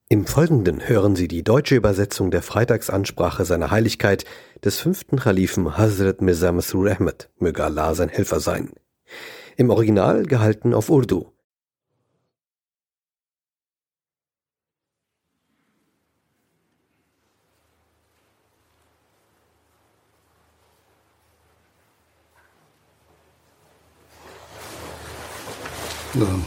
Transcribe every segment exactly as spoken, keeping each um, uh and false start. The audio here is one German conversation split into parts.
Im Folgenden hören Sie die deutsche Übersetzung der Freitagsansprache seiner Heiligkeit des fünften Khalifen Hazrat Mirza Masroor Ahmad, möge Allah sein Helfer sein. Im Original gehalten auf Urdu. نعم.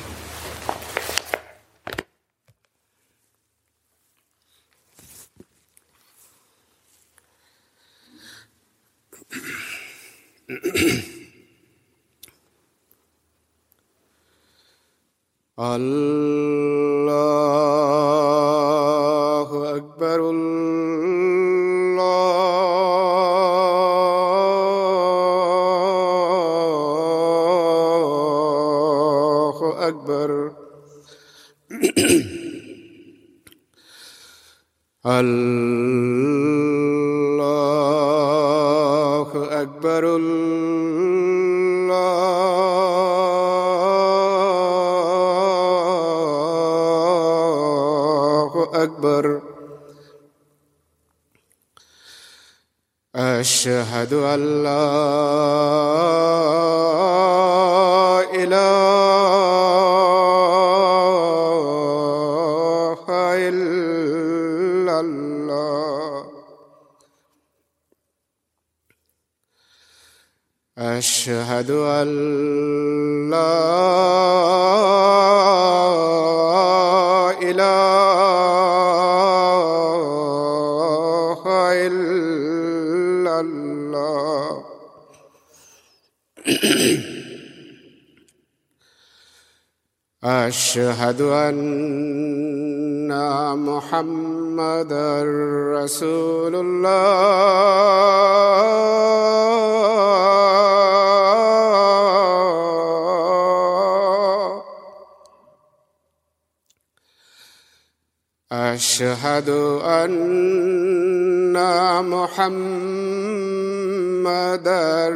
الله أكبر الله أكبر الله أكبر أكبر أشهد أن لا إله إلا الله أشهد أن لا إله إلا الله أشهد أن محمدًا رسول الله أشهد أن محمدًا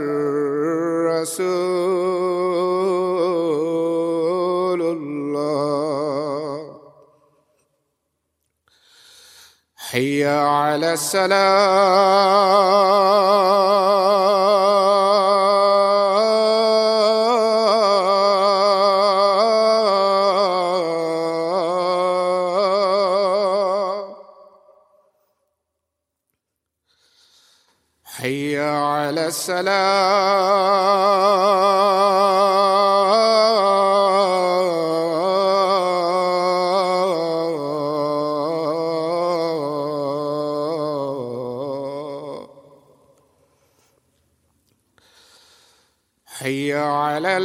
رسول الله حي على الصلاة حي على الصلاة حي على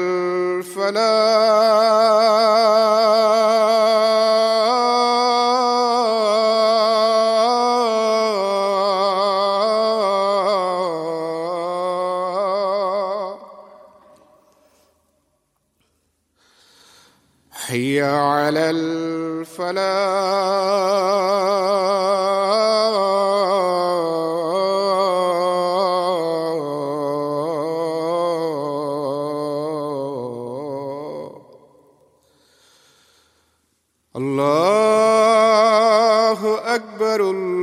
الفلاح حي على الفلاح الله أكبر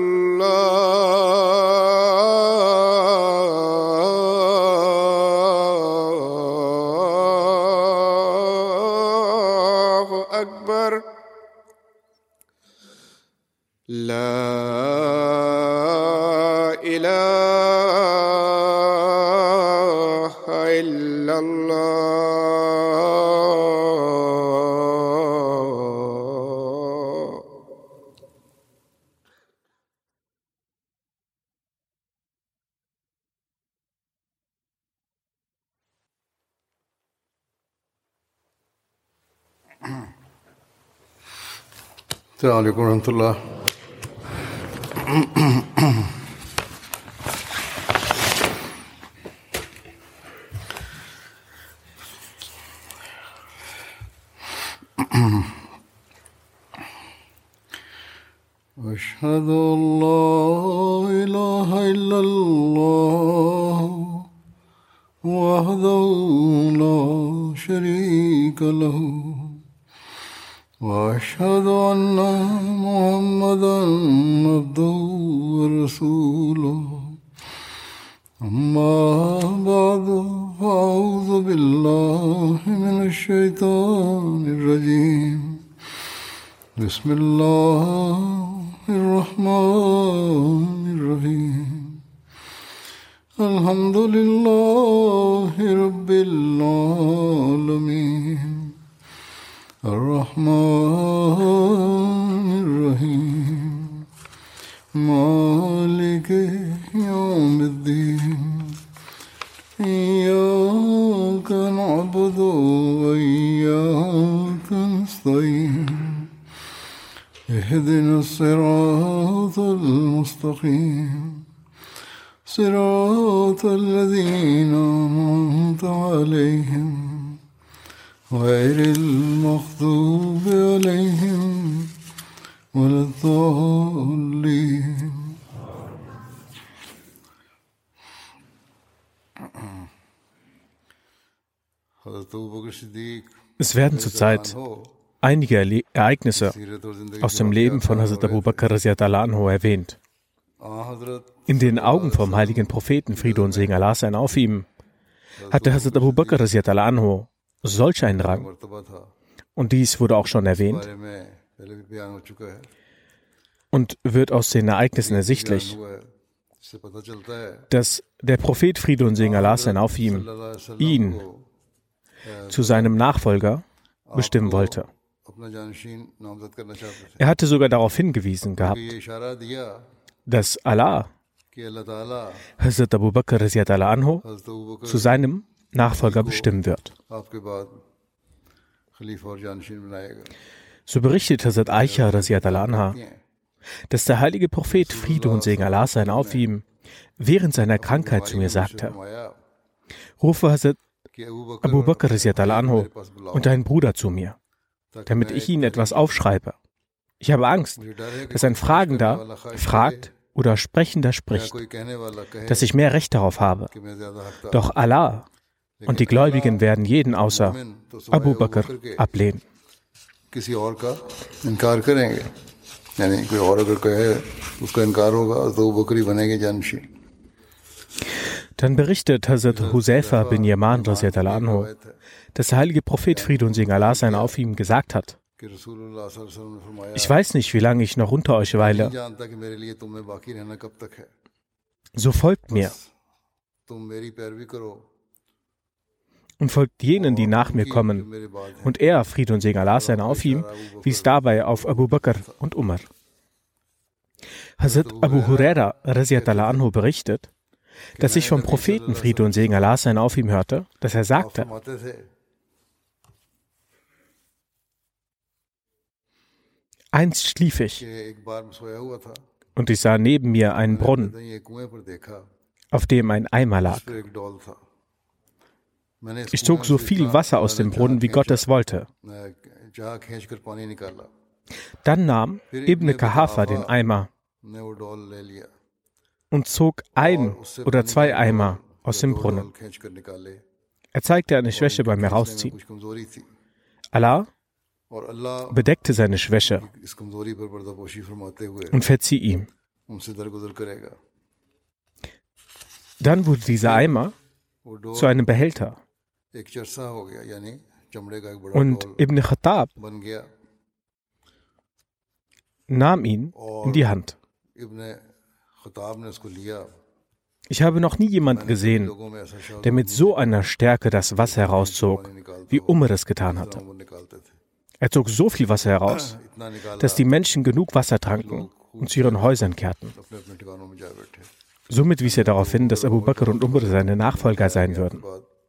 الله أكبر لا إله إلا الله السلام عليكم ورحمة الله. أشهد أن لا إله إلا الله وحده لا شريك له وأشهد أن محمدا عبده ورسوله أما بعد فأعوذ بالله من الشيطان الرجيم بسم الله الرحمن الرحيم الحمد لله رب العالمين الرحمن الرحيم مالك يوم الدين إياك نعبد وإياك نستعين اهدنا الصراط المستقيم صراط الذين أنعمت عليهم غير المغضوب عليهم ولا الضالين. Es werden zurzeit einige Erle- Ereignisse aus dem Leben von Hazrat Abu Bakr radiallahu anhu erwähnt. In den Augen vom heiligen Propheten, Friede und Segen Allah seien auf ihm, hatte Hazrat Abu Bakr radiallahu anhu solch einen Rang. Und dies wurde auch schon erwähnt und wird aus den Ereignissen ersichtlich, dass der Prophet, Friede und Segen Allah seien auf ihm, ihn zu seinem Nachfolger bestimmen wollte. Er hatte sogar darauf hingewiesen gehabt, dass Allah Hazrat Abu Bakr radiallahu anhu zu seinem Nachfolger bestimmen wird. So berichtet Hazrat Aisha radiallahu anha, dass der heilige Prophet, Friede und Segen Allah seien auf ihm, während seiner Krankheit zu mir sagte: Rufe Hazrat Abu Bakr radiallahu anhu und deinen Bruder zu mir, damit ich ihnen etwas aufschreibe. Ich habe Angst, dass ein Fragender fragt oder Sprechender spricht, dass ich mehr Recht darauf habe. Doch Allah und die Gläubigen werden jeden außer Abu Bakr ablehnen. Dann berichtet Hazrat Huzaifa bin Yaman radiallahu anhu, dass der heilige Prophet, Friede und Segen Allah seien auf ihm, gesagt hat: Ich weiß nicht, wie lange ich noch unter euch weile. So folgt mir und folgt jenen, die nach mir kommen. Und er, Friede und Segen Allah seien auf ihm, wies dabei auf Abu Bakr und Umar. Hazrat Abu Huraira radiallahu anhu berichtet, dass ich vom Propheten, Friede und Segen Allah seien auf ihm, hörte, dass er sagte: Einst schlief ich und ich sah neben mir einen Brunnen, auf dem ein Eimer lag. Ich zog so viel Wasser aus dem Brunnen, wie Gott es wollte. Dann nahm Ibn Kahafa den Eimer und zog ein oder zwei Eimer aus dem Brunnen. Er zeigte eine Schwäche beim Herausziehen. Allah bedeckte seine Schwäche und verzieh ihm. Dann wurde dieser Eimer zu einem Behälter. Und Ibn Khattab nahm ihn in die Hand. Ich habe noch nie jemanden gesehen, der mit so einer Stärke das Wasser herauszog, wie Umar es getan hatte. Er zog so viel Wasser heraus, dass die Menschen genug Wasser tranken und zu ihren Häusern kehrten. Somit wies er darauf hin, dass Abu Bakr und Umar seine Nachfolger sein würden.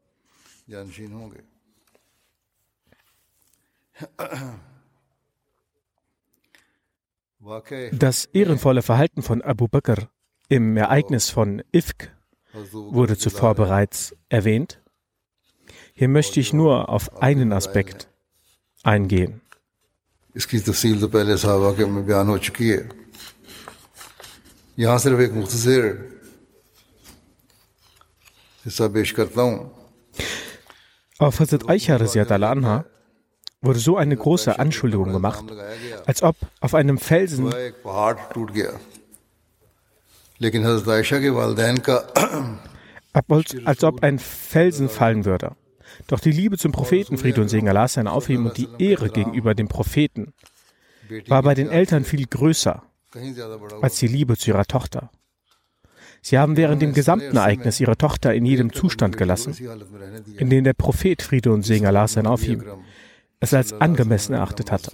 Das ehrenvolle Verhalten von Abu Bakr im Ereignis von Ifk wurde zuvor bereits erwähnt. Hier möchte ich nur auf einen Aspekt eingehen. इसकी तफसील तो पहले सहाबा के में बयान हो चुकी है। यहाँ सिर्फ एक मुख्तसर हिस्सा पेश करता हूँ। Auf Hazrat Aisha radiallahu anha wurde so eine große Anschuldigung gemacht, als ob auf einem Felsen als ob ein Felsen fallen würde. Doch die Liebe zum Propheten, Friede und Segen Allah sein auf ihm, und die Ehre gegenüber dem Propheten war bei den Eltern viel größer als die Liebe zu ihrer Tochter. Sie haben während dem gesamten Ereignis ihre Tochter in jedem Zustand gelassen, in dem der Prophet, Friede und Segen Allah sein auf ihm, es als angemessen erachtet hatte.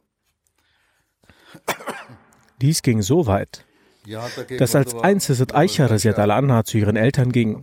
Dies ging so weit, dass als einst Hazrat Aisha radiallahu anha zu ihren Eltern ging,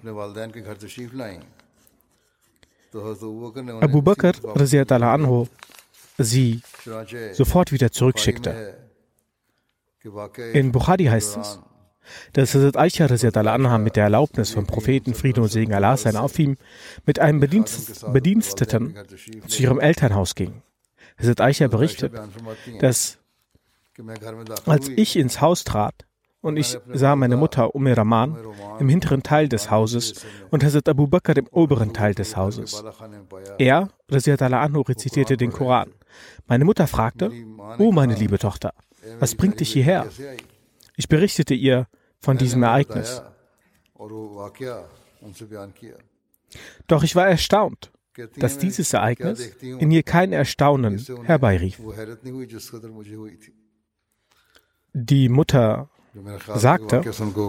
Abu Bakr radiallahu anhu sie sofort wieder zurückschickte. In Bukhari heißt es, dass Hazrat Aisha radiallahu anha mit der Erlaubnis vom Propheten, Friede und Segen Allah sein auf ihm, mit einem Bedienst- Bediensteten zu ihrem Elternhaus ging. Hazrat Aisha berichtet, dass als ich ins Haus trat und ich sah meine Mutter Umm Rahman im hinteren Teil des Hauses und Hazrat Abu Bakr im oberen Teil des Hauses. Er, radiallahu anhu, rezitierte den Koran. Meine Mutter fragte, oh meine liebe Tochter, was bringt dich hierher? Ich berichtete ihr von diesem Ereignis. Doch ich war erstaunt, dass dieses Ereignis in ihr kein Erstaunen herbeirief. Die Mutter sagte,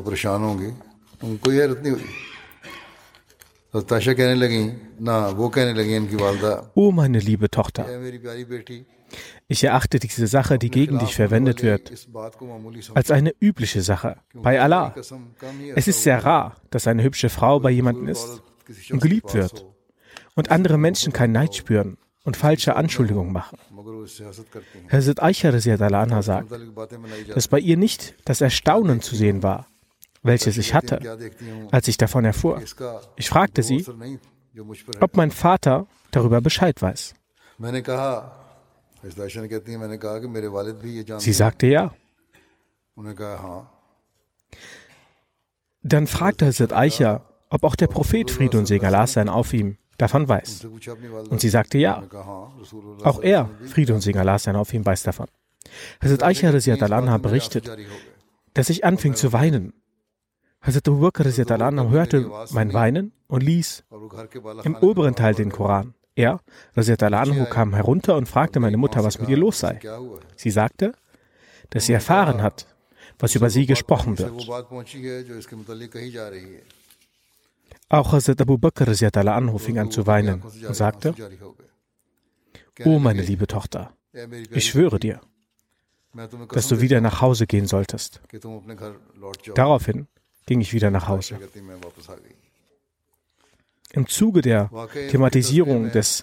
oh meine liebe Tochter, ich erachte diese Sache, die gegen dich verwendet wird, als eine übliche Sache bei Allah. Es ist sehr rar, dass eine hübsche Frau bei jemandem ist und geliebt wird und andere Menschen keinen Neid spüren und falsche Anschuldigungen machen. Hazrat Aisha radiallahu anha sagt, dass bei ihr nicht das Erstaunen zu sehen war, welches ich hatte, als ich davon erfuhr. Ich fragte sie, ob mein Vater darüber Bescheid weiß. Sie sagte ja. Dann fragte Hazrat Aisha, ob auch der Prophet, Friede und Segen Allah sein auf ihm, davon weiß. Und sie sagte ja. Auch er, Friede und Segen Allah sein auf ihm, weiß davon. Hazrat Aisha radiallahu anha berichtet, dass ich anfing zu weinen. Hazrat Abu Bakr radiallahu anhu hörte mein Weinen und ließ im oberen Teil den Koran. Er, radiallahu anhu, kam herunter und fragte meine Mutter, was mit ihr los sei. Sie sagte, dass sie erfahren hat, was über sie gesprochen wird. Auch Hazrat Abu Bakr radiallahu anhu fing an zu weinen und sagte, oh meine liebe Tochter, ich schwöre dir, dass du wieder nach Hause gehen solltest. Daraufhin ging ich wieder nach Hause. Im Zuge der Thematisierung des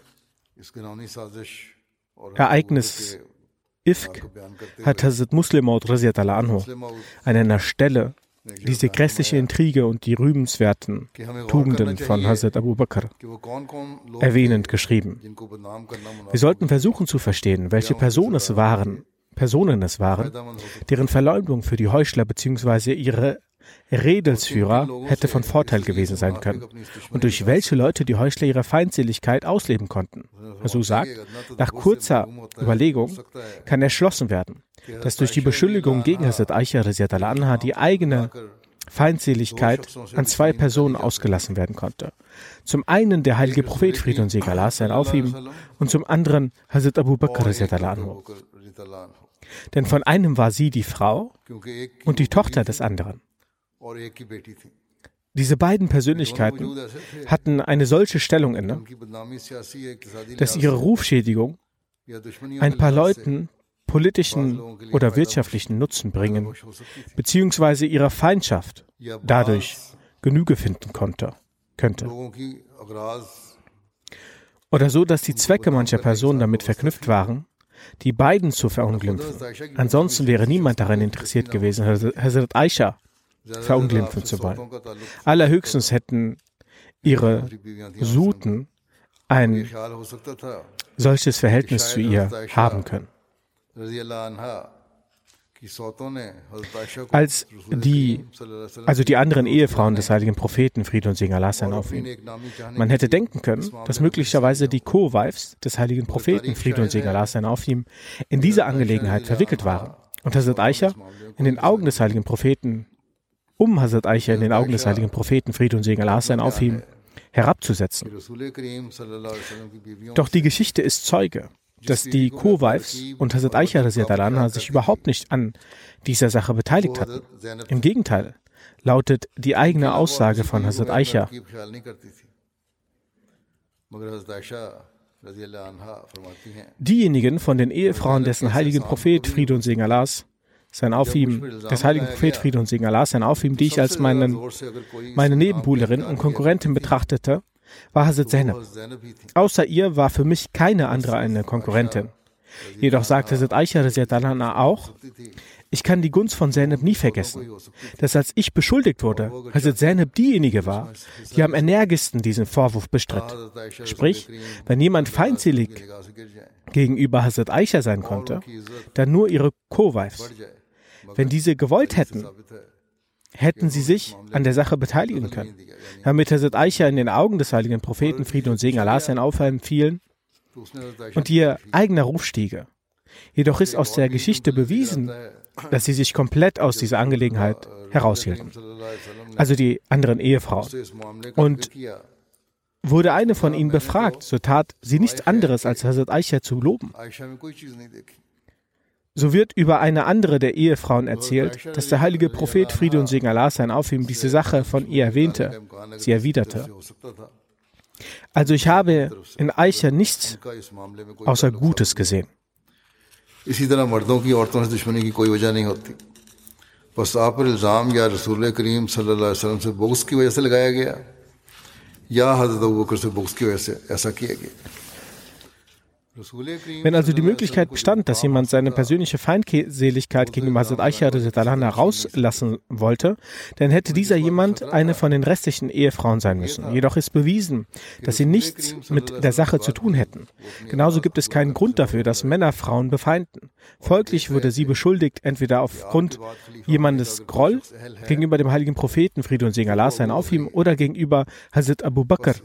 Ereignisses Ifk hat Hazrat Muslim Maud radiallahu anhu an einer Stelle diese grässliche Intrige und die rühmenswerten Tugenden von Hazrat Abu Bakr erwähnend geschrieben. Wir sollten versuchen zu verstehen, welche Personen es waren, Personen es waren, deren Verleumdung für die Heuchler bzw. ihre Redelsführer hätte von Vorteil gewesen sein können und durch welche Leute die Heuchler ihre Feindseligkeit ausleben konnten. So sagt, nach kurzer Überlegung kann erschlossen werden, dass durch die Beschuldigung gegen Hazrat Aisha radiallahu anha die eigene Feindseligkeit an zwei Personen ausgelassen werden konnte. Zum einen der heilige Prophet, Friede und Segen Allah sein auf ihm, und zum anderen Hazrat Abu Bakr radiallahu anhu. Denn von einem war sie die Frau und die Tochter des anderen. Diese beiden Persönlichkeiten hatten eine solche Stellung inne, dass ihre Rufschädigung ein paar Leuten politischen oder wirtschaftlichen Nutzen bringen, beziehungsweise ihrer Feindschaft dadurch Genüge finden konnte, könnte. Oder so, dass die Zwecke mancher Personen damit verknüpft waren, die beiden zu verunglimpfen. Ansonsten wäre niemand daran interessiert gewesen, Hazrat Aisha verunglimpfen zu wollen. Allerhöchstens hätten ihre Suten ein solches Verhältnis zu ihr haben können. Als die, also die anderen Ehefrauen des heiligen Propheten, Friede und Segen Allah seien auf ihm. Man hätte denken können, dass möglicherweise die Co-Wives des heiligen Propheten, Friede und Segen Allah seien auf ihm, in diese Angelegenheit verwickelt waren. Und Hazrat Aisha in den Augen des heiligen Propheten, um Hazrat Aisha in den Augen des heiligen Propheten, Friede und Segen Allah seien auf ihm, herabzusetzen. Doch die Geschichte ist Zeuge, dass die Co-Wives und Hazrat Aisha radhiyallahu anha sich überhaupt nicht an dieser Sache beteiligt hatten. Im Gegenteil, lautet die eigene Aussage von Hazrat Aisha: Diejenigen von den Ehefrauen dessen heiligen Prophet, Friede und Segen Allahs sein auf ihm, des heiligen Prophet, Friede und Segen Allahs sein auf ihm, die ich als meinen, meine Nebenbuhlerin und Konkurrentin betrachtete, war Hazrat Zainab. Außer ihr war für mich keine andere eine Konkurrentin. Jedoch sagte Hazrat Aisha radhiyallahu anha auch: Ich kann die Gunst von Zainab nie vergessen, dass als ich beschuldigt wurde, Hazrat Zainab diejenige war, die am energischsten diesen Vorwurf bestritt. Sprich, wenn jemand feindselig gegenüber Hazrat Aisha sein konnte, dann nur ihre Co-Wives. Wenn diese gewollt hätten, hätten sie sich an der Sache beteiligen können, damit Hazrat Aisha in den Augen des heiligen Propheten, Friede und Segen Allah sein auf ihm fielen und ihr eigener Ruf stiege. Jedoch ist aus der Geschichte bewiesen, dass sie sich komplett aus dieser Angelegenheit heraushielten, also die anderen Ehefrauen. Und wurde eine von ihnen befragt, so tat sie nichts anderes, als Hazrat Aisha zu loben. So wird über eine andere der Ehefrauen erzählt, dass der heilige Prophet, Friede und Segen Allah sein auf ihm, diese Sache von ihr erwähnte. Sie erwiderte: Also ich habe in Aisha nichts außer Gutes gesehen. इसी तरह मर्दों की औरतों से दुश्मनी की कोई वजह नहीं होती, बस आप पर इल्ज़ाम या रसूल करीम सल्लल्लाहु अलैहि वसल्लम से बुग़्ज़ की वजह से लगाया गया या हज़रत अबू बकर से बुग़्ज़ की वजह से ऐसा किया गया. Wenn also die Möglichkeit bestand, dass jemand seine persönliche Feindseligkeit gegenüber Hazrat Aisha rauslassen wollte, dann hätte dieser jemand eine von den restlichen Ehefrauen sein müssen. Jedoch ist bewiesen, dass sie nichts mit der Sache zu tun hätten. Genauso gibt es keinen Grund dafür, dass Männer Frauen befeinden. Folglich wurde sie beschuldigt, entweder aufgrund jemandes Groll gegenüber dem heiligen Propheten, Friede und Segen Allah sein auf ihm, oder gegenüber Hazrat Abu Bakr.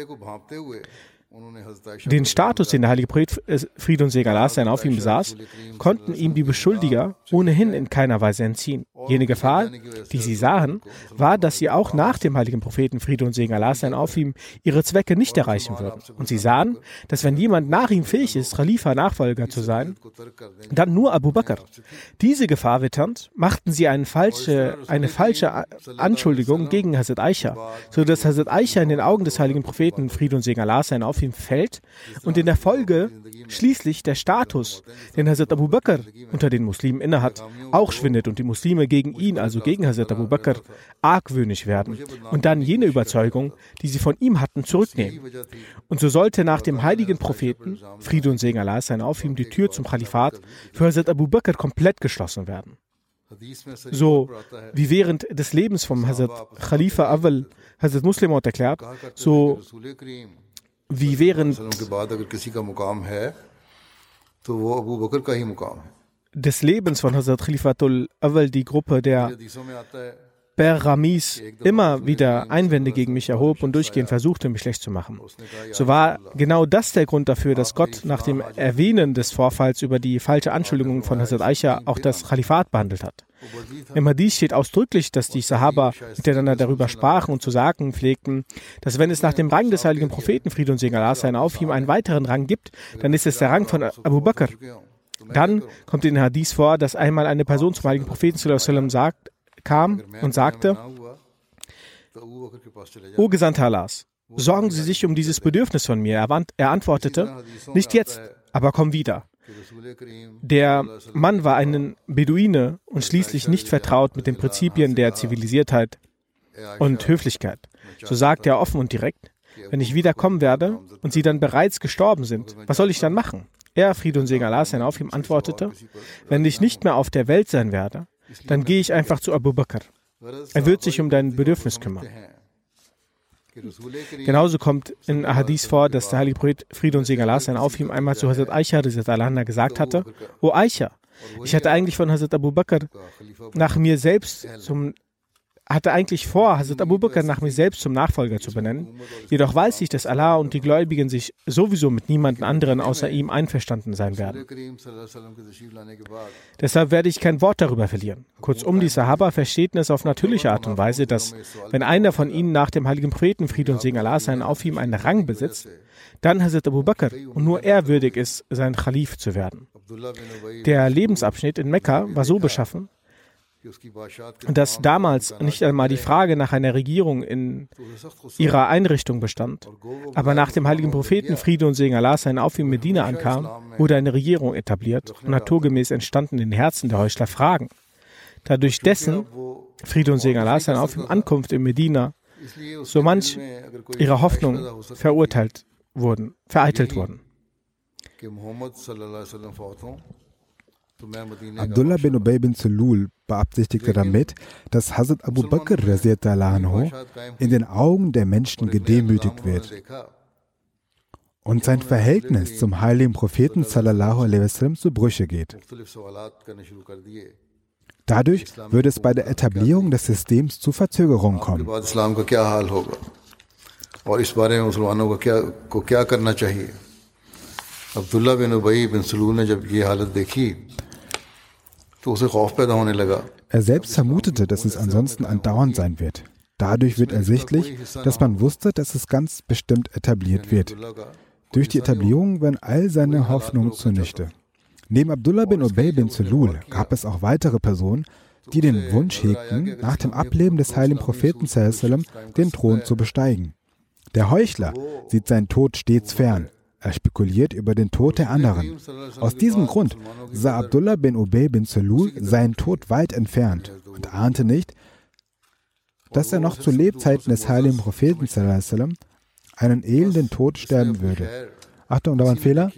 Den Status, den der heilige Prophet, Friede und Segen Allah sein auf ihm besaß, konnten ihm die Beschuldiger ohnehin in keiner Weise entziehen. Jene Gefahr, die sie sahen, war, dass sie auch nach dem heiligen Propheten, Friede und Segen Allah sein auf ihm, ihre Zwecke nicht erreichen würden. Und sie sahen, dass wenn jemand nach ihm fähig ist, Khalifa-Nachfolger zu sein, dann nur Abu Bakr. Diese Gefahr witternd, machten sie eine falsche, eine falsche Anschuldigung gegen Hazrat Aisha, sodass Hazrat Aisha in den Augen des heiligen Propheten, Friede und Segen Allah sein auf ihm, fällt und in der Folge schließlich der Status, den Hazrat Abu Bakr unter den Muslimen innehat, auch schwindet und die Muslime gegen ihn, also gegen Hazrat Abu Bakr, argwöhnisch werden und dann jene Überzeugung, die sie von ihm hatten, zurücknehmen. Und so sollte nach dem heiligen Propheten, Friede und Segen Allah sein auf ihm, die Tür zum Khalifat für Hazrat Abu Bakr komplett geschlossen werden. So wie während des Lebens vom Hazrat Khalifa Awwal Hazrat Muslim erklärt, so wie während des Lebens von Hazrat Khalifatul Awwal die Gruppe der Beramis immer wieder Einwände gegen mich erhob und durchgehend versuchte, mich schlecht zu machen. So war genau das der Grund dafür, dass Gott nach dem Erwähnen des Vorfalls über die falsche Anschuldigung von Hazrat Aisha auch das Khalifat behandelt hat. Im Hadith steht ausdrücklich, dass die Sahaba miteinander darüber sprachen und zu sagen pflegten, dass wenn es nach dem Rang des heiligen Propheten, Friede und Segen Allah sein auf ihm, einen weiteren Rang gibt, dann ist es der Rang von Abu Bakr. Dann kommt in den Hadith vor, dass einmal eine Person zum heiligen Propheten sallallahu alaihi wasallam sagt, kam und sagte: O Gesandter Allahs, sorgen Sie sich um dieses Bedürfnis von mir. Er antwortete: Nicht jetzt, aber komm wieder. Der Mann war ein Beduine und schließlich nicht vertraut mit den Prinzipien der Zivilisiertheit und Höflichkeit. So sagte er offen und direkt: Wenn ich wiederkommen werde und Sie dann bereits gestorben sind, was soll ich dann machen? Er, Friede und Segen Allah sein auf ihm, antwortete: Wenn ich nicht mehr auf der Welt sein werde, dann gehe ich einfach zu Abu Bakr. Er wird sich um dein Bedürfnis kümmern. Genauso kommt in Hadith vor, dass der heilige Prophet, Friede und Segen Allah sein auf ihm, einmal zu Hazrat Aisha gesagt hatte: O Aisha, Ich hatte eigentlich von Hazrat Abu Bakr nach mir selbst zum hatte eigentlich vor, Hazrat Abu Bakr nach mir selbst zum Nachfolger zu benennen. Jedoch weiß ich, dass Allah und die Gläubigen sich sowieso mit niemandem anderen außer ihm einverstanden sein werden. Deshalb werde ich kein Wort darüber verlieren. Kurzum, die Sahaba verstehen es auf natürliche Art und Weise, dass, wenn einer von ihnen nach dem heiligen Propheten, Friede und Segen Allah sein, auf ihm einen Rang besitzt, dann Hazrat Abu Bakr und nur er würdig ist, sein Khalif zu werden. Der Lebensabschnitt in Mekka war so beschaffen, dass damals nicht einmal die Frage nach einer Regierung in ihrer Einrichtung bestand. Aber nach dem heiligen Propheten, Friede und Segen Allah sein, auf ihm Medina ankam, wurde eine Regierung etabliert und naturgemäß entstanden in den Herzen der Heuchler Fragen. Dadurch dessen, Friede und Segen Allah sein, auf ihm Ankunft in Medina, so manch ihrer Hoffnung verurteilt wurden, vereitelt wurden. Abdullah bin Ubay bin Salul beabsichtigte damit, dass Hazrat Abu Bakr radhiyallahu anhu in den Augen der Menschen gedemütigt wird und sein Verhältnis zum heiligen Propheten sallallahu alaihi wasallam zu Brüche geht. Dadurch würde es bei der Etablierung des Systems zu Verzögerungen kommen. Abdullah bin Ubay bin Salul ne jab ye halat dekhi, to use khauf paida hone laga. Er selbst vermutete, dass es ansonsten andauernd sein wird. Dadurch wird ersichtlich, dass man wusste, dass es ganz bestimmt etabliert wird. Durch die Etablierung werden all seine Hoffnungen zunichte. Neben Abdullah bin Ubay bin Salul gab es auch weitere Personen, die den Wunsch hegten, nach dem Ableben des heiligen Propheten sallallahu alaihi wasallam den Thron zu besteigen. Der Heuchler sieht seinen Tod stets fern. Er spekuliert über den Tod der anderen. Aus diesem Grund sah Abdullah bin Ubay bin Salul seinen Tod weit entfernt und ahnte nicht, dass er noch zu Lebzeiten des heiligen Propheten sallallahu alaihi wasallam einen elenden Tod sterben würde. Achtung, da war ein Fehler.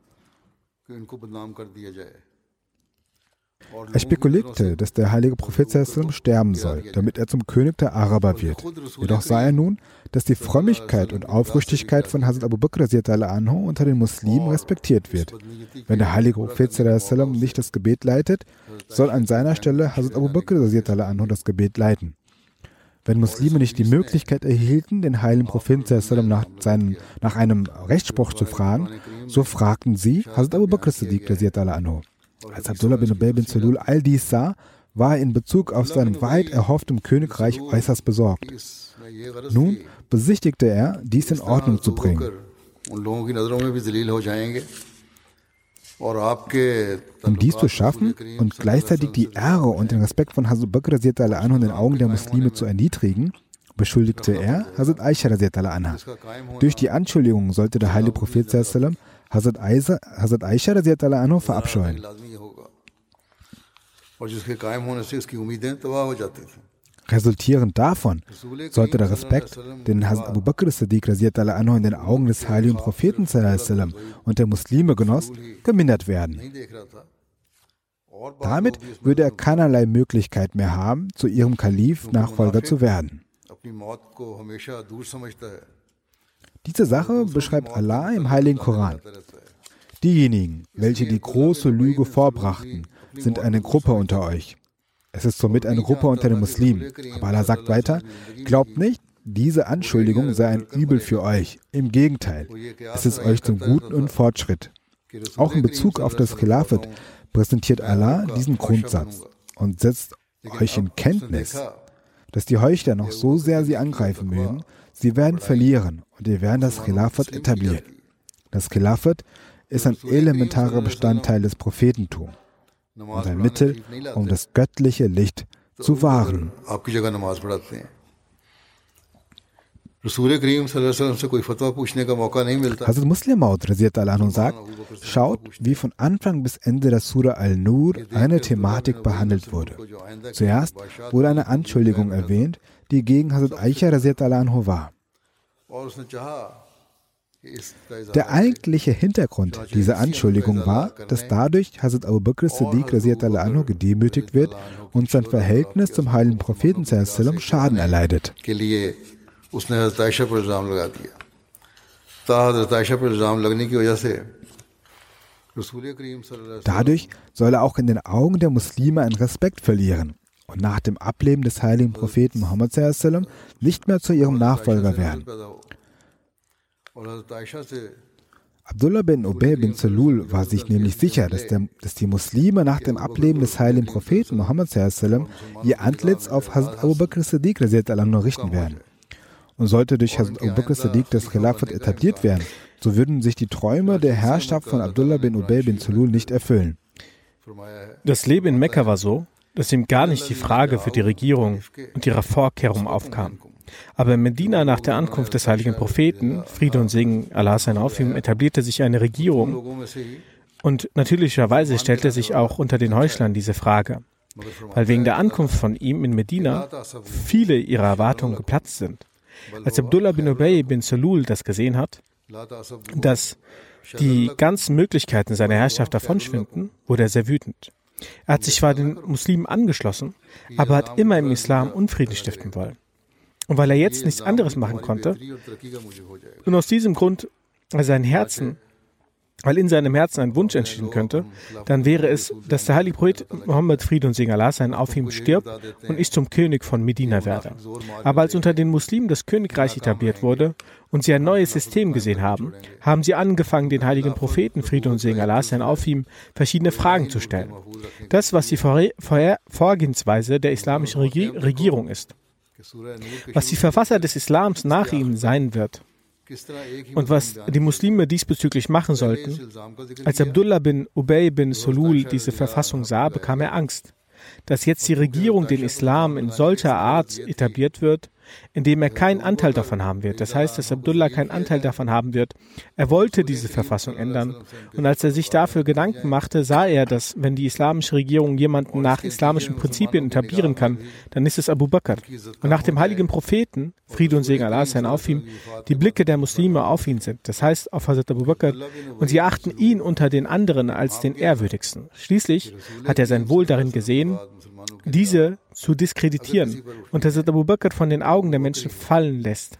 Er spekulierte, dass der heilige Prophet sallallahu alaihi wasallam sterben soll, damit er zum König der Araber wird. Jedoch sah er nun, dass die Frömmigkeit und Aufrichtigkeit von Hazrat Abu Bakr radhiyallahu anhu unter den Muslimen respektiert wird. Wenn der heilige Prophet sallallahu alaihi wasallam nicht das Gebet leitet, soll an seiner Stelle Hazrat Abu Bakr radhiyallahu anhu das Gebet leiten. Wenn Muslime nicht die Möglichkeit erhielten, den heiligen Propheten sallallahu alaihi wasallam nach, seinen, nach einem Rechtsspruch zu fragen, so fragten sie Hazrat Abu Bakr Siddiq radhiyallahu anhu. Als Abdullah bin Ubay bin Salul all dies sah, war er in Bezug auf seinem weit erhofften Königreich äußerst besorgt. Nun besichtigte er, dies in Ordnung zu bringen. Um dies zu schaffen und gleichzeitig die Ehre und den Respekt von Hazrat Bakr radhiyallahu anhu in den Augen der Muslime zu erniedrigen, beschuldigte er Hazrat Aisha radhiyallahu anha. Durch die Anschuldigung sollte der heilige Prophet sallallahu alaihi wasallam Hazrat Aisha, Hazrat Aisha radhiyallahu anhu verabscheuen. Resultierend davon sollte der Respekt, den Hazrat Abu Bakr Siddiq radhiyallahu anhu in den Augen des heiligen Propheten sallallahu alaihi wasallam und der Muslime genoss, gemindert werden. Damit würde er keinerlei Möglichkeit mehr haben, zu ihrem Kalif Nachfolger zu werden. Diese Sache beschreibt Allah im heiligen Koran. Diejenigen, welche die große Lüge vorbrachten, sind eine Gruppe unter euch. Es ist somit eine Gruppe unter den Muslimen. Aber Allah sagt weiter, glaubt nicht, diese Anschuldigung sei ein Übel für euch. Im Gegenteil, es ist euch zum Guten und Fortschritt. Auch in Bezug auf das Khilafat präsentiert Allah diesen Grundsatz und setzt euch in Kenntnis, dass die Heuchler noch so sehr sie angreifen mögen, sie werden verlieren und wir werden das Khilafat etablieren. Das Khilafat ist ein elementarer Bestandteil des Prophetentums und ein Mittel, um das göttliche Licht zu wahren. Hazrat Muslim Maud radhiyallahu anhu sagt, schaut, wie von Anfang bis Ende der Surah Al-Nur eine Thematik behandelt wurde. Zuerst wurde eine Anschuldigung erwähnt, die gegen Hazrat Aisha radhiyallahu anhu war. Der eigentliche Hintergrund dieser Anschuldigung war, dass dadurch Hazrat Abu Bakr Siddiq radhiyallahu anhu gedemütigt wird und sein Verhältnis zum heiligen Propheten sallallahu alaihi wasallam Schaden erleidet. उसने हज़रत आयशा पर इल्ज़ाम लगा दिया। ता हज़रत आयशा पर इल्ज़ाम लगने की वजह से Dadurch soll er auch in den Augen der Muslime einen Respekt verlieren und nach dem Ableben des heiligen Propheten Muhammad sallallahu alaihi wasallam nicht mehr zu ihrem Nachfolger werden. Abdullah bin Ubay bin Salul war sich nämlich sicher, dass, der, dass die Muslime nach dem Ableben des heiligen Propheten Muhammad sallallahu alaihi wasallam ihr Antlitz auf Hazrat Abu Bakr Siddiq richten werden. Und sollte durch Hazrat Abu Bakr Siddiq das Khilafat etabliert werden, so würden sich die Träume der Herrschaft von Abdullah bin Ubay bin Salul nicht erfüllen. Das Leben in Mekka war so, dass ihm gar nicht die Frage für die Regierung und ihre Vorkehrungen aufkam. Aber in Medina nach der Ankunft des heiligen Propheten, Friede und Segen Allah sein auf ihm, etablierte sich eine Regierung und natürlicherweise stellte sich auch unter den Heuchlern diese Frage, weil wegen der Ankunft von ihm in Medina viele ihrer Erwartungen geplatzt sind. Als Abdullah bin Ubay bin Salul das gesehen hat, dass die ganzen Möglichkeiten seiner Herrschaft davonschwinden, wurde er sehr wütend. Er hat sich zwar den Muslimen angeschlossen, aber hat immer im Islam Unfrieden stiften wollen. Und weil er jetzt nichts anderes machen konnte und aus diesem Grund sein Herzen, weil in seinem Herzen ein Wunsch entstehen könnte, dann wäre es, dass der heilige Prophet Muhammad, Friede und Segen Allah sein auf ihm stirbt und ich zum König von Medina werde. Aber als unter den Muslimen das Königreich etabliert wurde und sie ein neues System gesehen haben, haben sie angefangen, den heiligen Propheten, Friede und Segen Allah sein auf ihm, verschiedene Fragen zu stellen. Das, was die Vor- Vor- Vorgehensweise der islamischen Regi- Regierung ist, was die Verfasser des Islams nach ihm sein wird und was die Muslime diesbezüglich machen sollten. Als Abdullah bin Ubay bin Salul diese Verfassung sah, bekam er Angst, dass jetzt die Regierung den Islam in solcher Art etabliert wird, indem er keinen Anteil davon haben wird. Das heißt, dass Abdullah keinen Anteil davon haben wird. Er wollte diese Verfassung ändern. Und als er sich dafür Gedanken machte, sah er, dass, wenn die islamische Regierung jemanden nach islamischen Prinzipien etablieren kann, dann ist es Abu Bakr. Und nach dem heiligen Propheten, Friede und Segen Allah sein auf ihm, die Blicke der Muslime auf ihn sind. Das heißt, auf Hazrat Abu Bakr. Und sie achten ihn unter den anderen als den ehrwürdigsten. Schließlich hat er sein Wohl darin gesehen, diese zu diskreditieren und Hazrat Abu Bakr von den Augen der Menschen fallen lässt.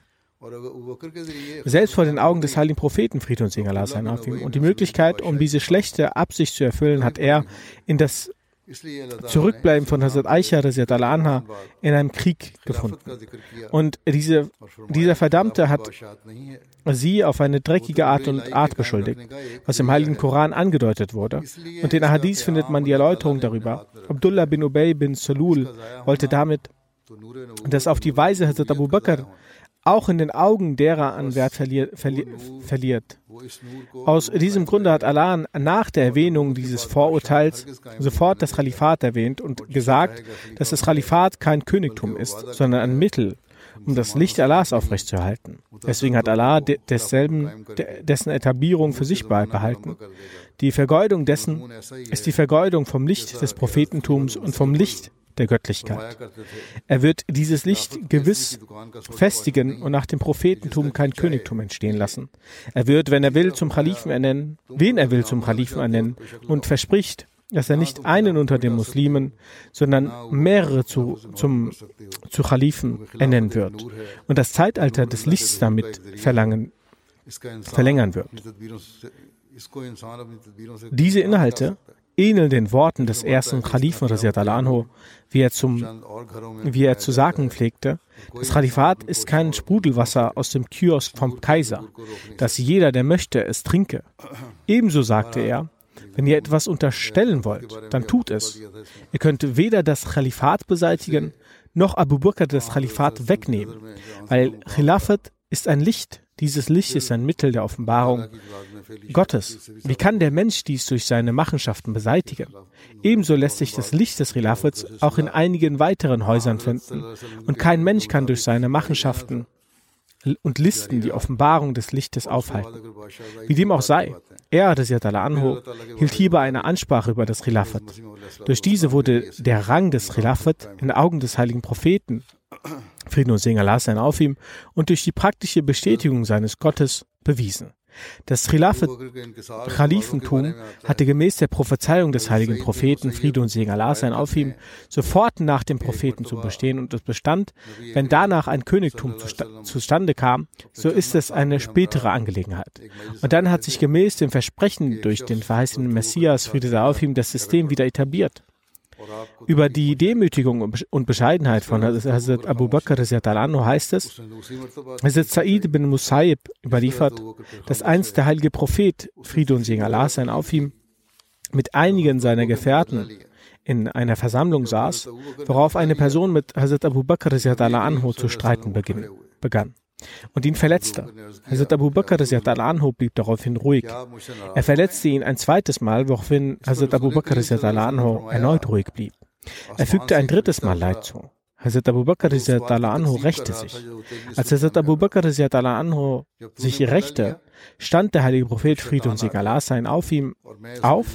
Selbst vor den Augen des heiligen Propheten, Friede und Segen Allah sein auf ihm. Und die Möglichkeit, um diese schlechte Absicht zu erfüllen, hat er in das Zurückbleiben von Hazrat Aisha radhiyallahu anha in einem Krieg gefunden. Und diese, dieser Verdammte hat sie auf eine dreckige Art und Art beschuldigt, was im heiligen Koran angedeutet wurde. Und in Ahadith findet man die Erläuterung darüber. Abdullah bin Ubay bin Salul wollte damit, dass auf die Weise Hazrat Abu Bakr auch in den Augen derer an Wert verlier, verli, verliert. Aus diesem Grunde hat Allah nach der Erwähnung dieses Vorurteils sofort das Khalifat erwähnt und gesagt, dass das Khalifat kein Königtum ist, sondern ein Mittel, um das Licht Allahs aufrechtzuerhalten. Deswegen hat Allah de, desselben, de, dessen Etablierung für sich beibehalten. Die Vergeudung dessen ist die Vergeudung vom Licht des Prophetentums und vom Licht der Göttlichkeit. Er wird dieses Licht gewiss festigen und nach dem Prophetentum kein Königtum entstehen lassen. Er wird, wenn er will, zum Khalifen ernennen, wen er will zum Khalifen ernennen und verspricht, dass er nicht einen unter den Muslimen, sondern mehrere zu, zum, zu Khalifen ernennen wird und das Zeitalter des Lichts damit verlangen, verlängern wird. Diese Inhalte ähneln den Worten des ersten Khalifen radhiyallahu anhu, wie er, zum, wie er zu sagen pflegte. Das Khalifat ist kein Sprudelwasser aus dem Kiosk vom Kaiser, dass jeder, der möchte, es trinke. Ebenso sagte er, wenn ihr etwas unterstellen wollt, dann tut es. Ihr könnt weder das Khalifat beseitigen, noch Abu Bakr das Khalifat wegnehmen, weil Khilafat ist ein Licht. Dieses Licht ist ein Mittel der Offenbarung Gottes. Wie kann der Mensch dies durch seine Machenschaften beseitigen? Ebenso lässt sich das Licht des Khilafats auch in einigen weiteren Häusern finden. Und kein Mensch kann durch seine Machenschaften und Listen die Offenbarung des Lichtes aufhalten. Wie dem auch sei, er, radhiyallahu anhu, hielt hierbei eine Ansprache über das Khilafat. Durch diese wurde der Rang des Khilafat in den Augen des heiligen Propheten, Frieden und Segen Allah sein auf ihm, und durch die praktische Bestätigung seines Gottes bewiesen. Das Khalifentum hatte gemäß der Prophezeiung des heiligen Propheten, Friede und Segen Allah sein auf ihm, sofort nach dem Propheten zu bestehen, und es bestand, wenn danach ein Königtum zusta- zustande kam, so ist es eine spätere Angelegenheit. Und dann hat sich gemäß dem Versprechen durch den verheißenen Messias, Friede sei auf ihm, das System wieder etabliert. Über die Demütigung und Bescheidenheit von Hazrat Abu Bakr radhiyallahu heißt es, Hazrat Sa'id bin Musayyib überliefert, dass einst der heilige Prophet, Friede und Segen Allah sein auf ihm, mit einigen seiner Gefährten in einer Versammlung saß, worauf eine Person mit Hazrat Abu Bakr radhiyallahu zu streiten beginn, begann und ihn verletzte. Hazrat Abu Bakr radhiyallahu blieb daraufhin ruhig. Er verletzte ihn ein zweites Mal, woraufhin Hazrat Abu Bakr radhiyallahu erneut ruhig blieb. Er fügte ein drittes Mal Leid zu. Hazrat Abu Bakr radhiyallahu rächte sich. Als Hazrat Abu Bakr radhiyallahu sich rächte, stand der heilige Prophet, Friede und Segen Allah sein auf ihm, auf.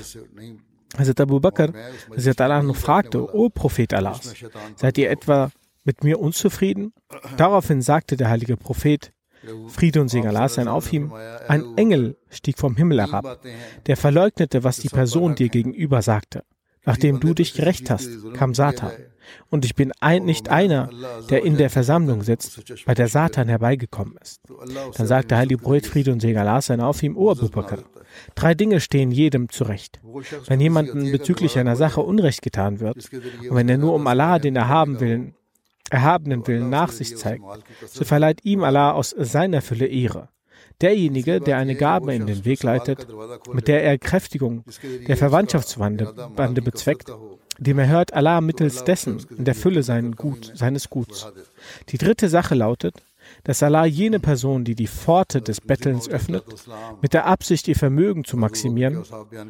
Hazrat Abu Bakr radhiyallahu fragte, O Prophet Allahs, seid ihr etwa mit mir unzufrieden? Daraufhin sagte der heilige Prophet, Friede und Segen Allah sein auf ihm, ein Engel stieg vom Himmel herab, der verleugnete, was die Person dir gegenüber sagte. Nachdem du dich gerächt hast, kam Satan. Und ich bin ein, nicht einer, der in der Versammlung sitzt, weil der Satan herbeigekommen ist. Dann sagte der heilige Prophet, Friede und Segen Allah sein auf ihm, O Abu Bakr, drei Dinge stehen jedem zurecht. Wenn jemandem bezüglich einer Sache Unrecht getan wird, und wenn er nur um Allah, den Erhaben Willen, erhabenen Willen nach sich zeigt, so verleiht ihm Allah aus seiner Fülle Ehre. Derjenige, der eine Gabe in den Weg leitet, mit der er Kräftigung der Verwandtschaftsbande bezweckt, dem erhört Allah mittels dessen in der Fülle sein Gut, seines Guts. Die dritte Sache lautet, dass Allah jene Person, die die Pforte des Bettelns öffnet, mit der Absicht, ihr Vermögen zu maximieren,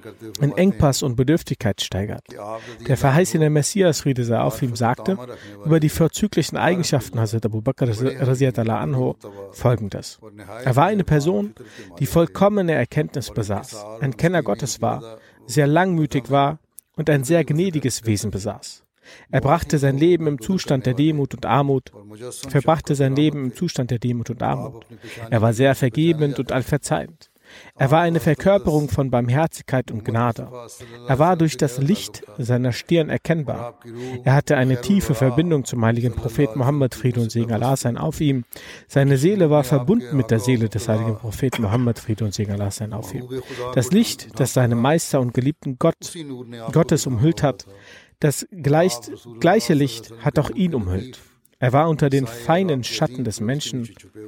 in Engpass und Bedürftigkeit steigert. Der verheißene Messias, Friede sei auf ihm, sagte über die vorzüglichen Eigenschaften Hazrat Abu Bakr radhiyallahu anhu folgendes. Er war eine Person, die vollkommene Erkenntnis besaß, ein Kenner Gottes war, sehr langmütig war und ein sehr gnädiges Wesen besaß. Er brachte sein Leben im Zustand der Demut und Armut, verbrachte sein Leben im Zustand der Demut und Armut. Er war sehr vergebend und allverzeihend. Er war eine Verkörperung von Barmherzigkeit und Gnade. Er war durch das Licht seiner Stirn erkennbar. Er hatte eine tiefe Verbindung zum heiligen Propheten Mohammed, Friede und Segen Allah sein auf ihm. Seine Seele war verbunden mit der Seele des heiligen Propheten Mohammed, Friede und Segen Allah sein auf ihm. Das Licht, das seinen Meister und geliebten Gott, Gottes umhüllt hat, das gleich, gleiche Licht hat auch ihn umhüllt. Er war unter den feinen Schatten des Menschen,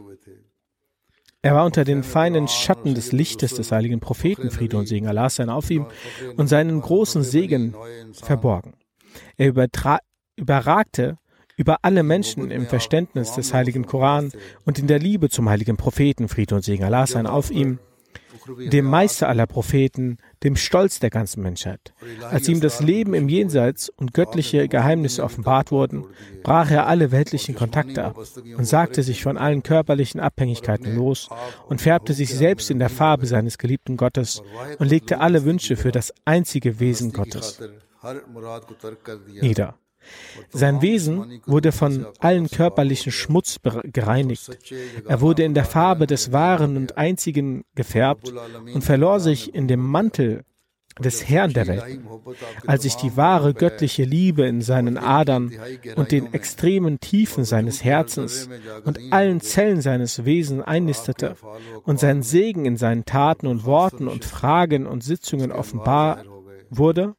er war unter den feinen Schatten des Lichtes des heiligen Propheten, Friede und Segen Allah sein auf ihm, und seinen großen Segen verborgen. Er übertra- überragte über alle Menschen im Verständnis des heiligen Koran und in der Liebe zum heiligen Propheten, Friede und Segen Allah sein auf ihm, dem Meister aller Propheten, dem Stolz der ganzen Menschheit. Als ihm das Leben im Jenseits und göttliche Geheimnisse offenbart wurden, brach er alle weltlichen Kontakte ab und sagte sich von allen körperlichen Abhängigkeiten los und färbte sich selbst in der Farbe seines geliebten Gottes und legte alle Wünsche für das einzige Wesen Gottes nieder. Sein Wesen wurde von allen körperlichen Schmutz gereinigt. Er wurde in der Farbe des Wahren und Einzigen gefärbt und verlor sich in dem Mantel des Herrn der Welt. Als sich die wahre göttliche Liebe in seinen Adern und den extremen Tiefen seines Herzens und allen Zellen seines Wesens einnistete und sein Segen in seinen Taten und Worten und Fragen und Sitzungen offenbar wurde,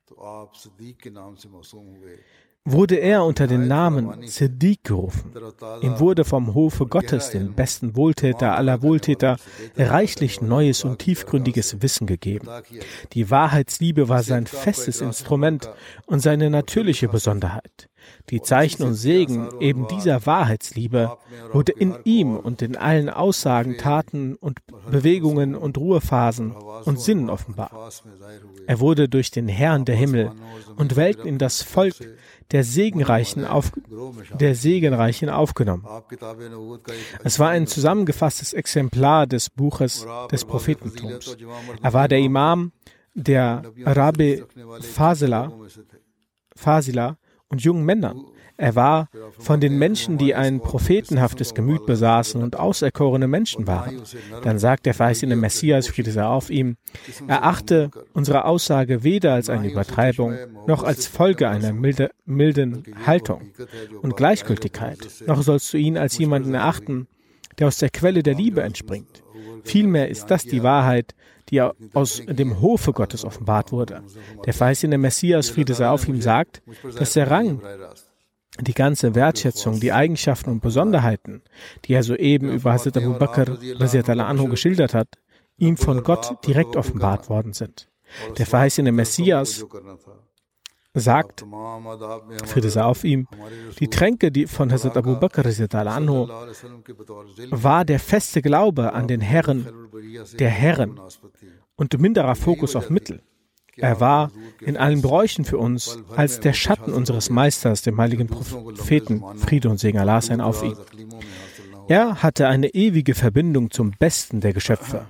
wurde er unter den Namen Siddiq gerufen. Ihm wurde vom Hofe Gottes, dem besten Wohltäter aller Wohltäter, reichlich neues und tiefgründiges Wissen gegeben. Die Wahrheitsliebe war sein festes Instrument und seine natürliche Besonderheit. Die Zeichen und Segen eben dieser Wahrheitsliebe wurde in ihm und in allen Aussagen, Taten und Bewegungen und Ruhephasen und Sinnen offenbar. Er wurde durch den Herrn der Himmel und Welten in das Volk der Segenreichen, auf, der Segenreichen aufgenommen. Es war ein zusammengefasstes Exemplar des Buches des Prophetentums. Er war der Imam der Arabe Fasila, Fasila und jungen Männern. Er war von den Menschen, die ein prophetenhaftes Gemüt besaßen und auserkorene Menschen waren. Dann sagt der verheißene Messias, Friede sei auf ihm, erachte unsere Aussage weder als eine Übertreibung, noch als Folge einer milde, milden Haltung und Gleichgültigkeit, noch sollst du ihn als jemanden erachten, der aus der Quelle der Liebe entspringt. Vielmehr ist das die Wahrheit, die aus dem Hofe Gottes offenbart wurde. Der verheißene Messias, Friede sei auf ihm, sagt, dass der Rang, die ganze Wertschätzung, die Eigenschaften und Besonderheiten, die er soeben über Hazrat Abu Bakr radhiyallahu anhu geschildert hat, ihm von Gott direkt offenbart worden sind. Der verheißene Messias sagt, Friede sei auf ihm, die Tränke die von Hazrat Abu Bakr radhiyallahu anhu war der feste Glaube an den Herren der Herren und minderer Fokus auf Mittel. Er war in allen Bräuchen für uns als der Schatten unseres Meisters, dem heiligen Propheten, Friede und Segen Allah sein auf ihm. Er hatte eine ewige Verbindung zum Besten der Geschöpfe,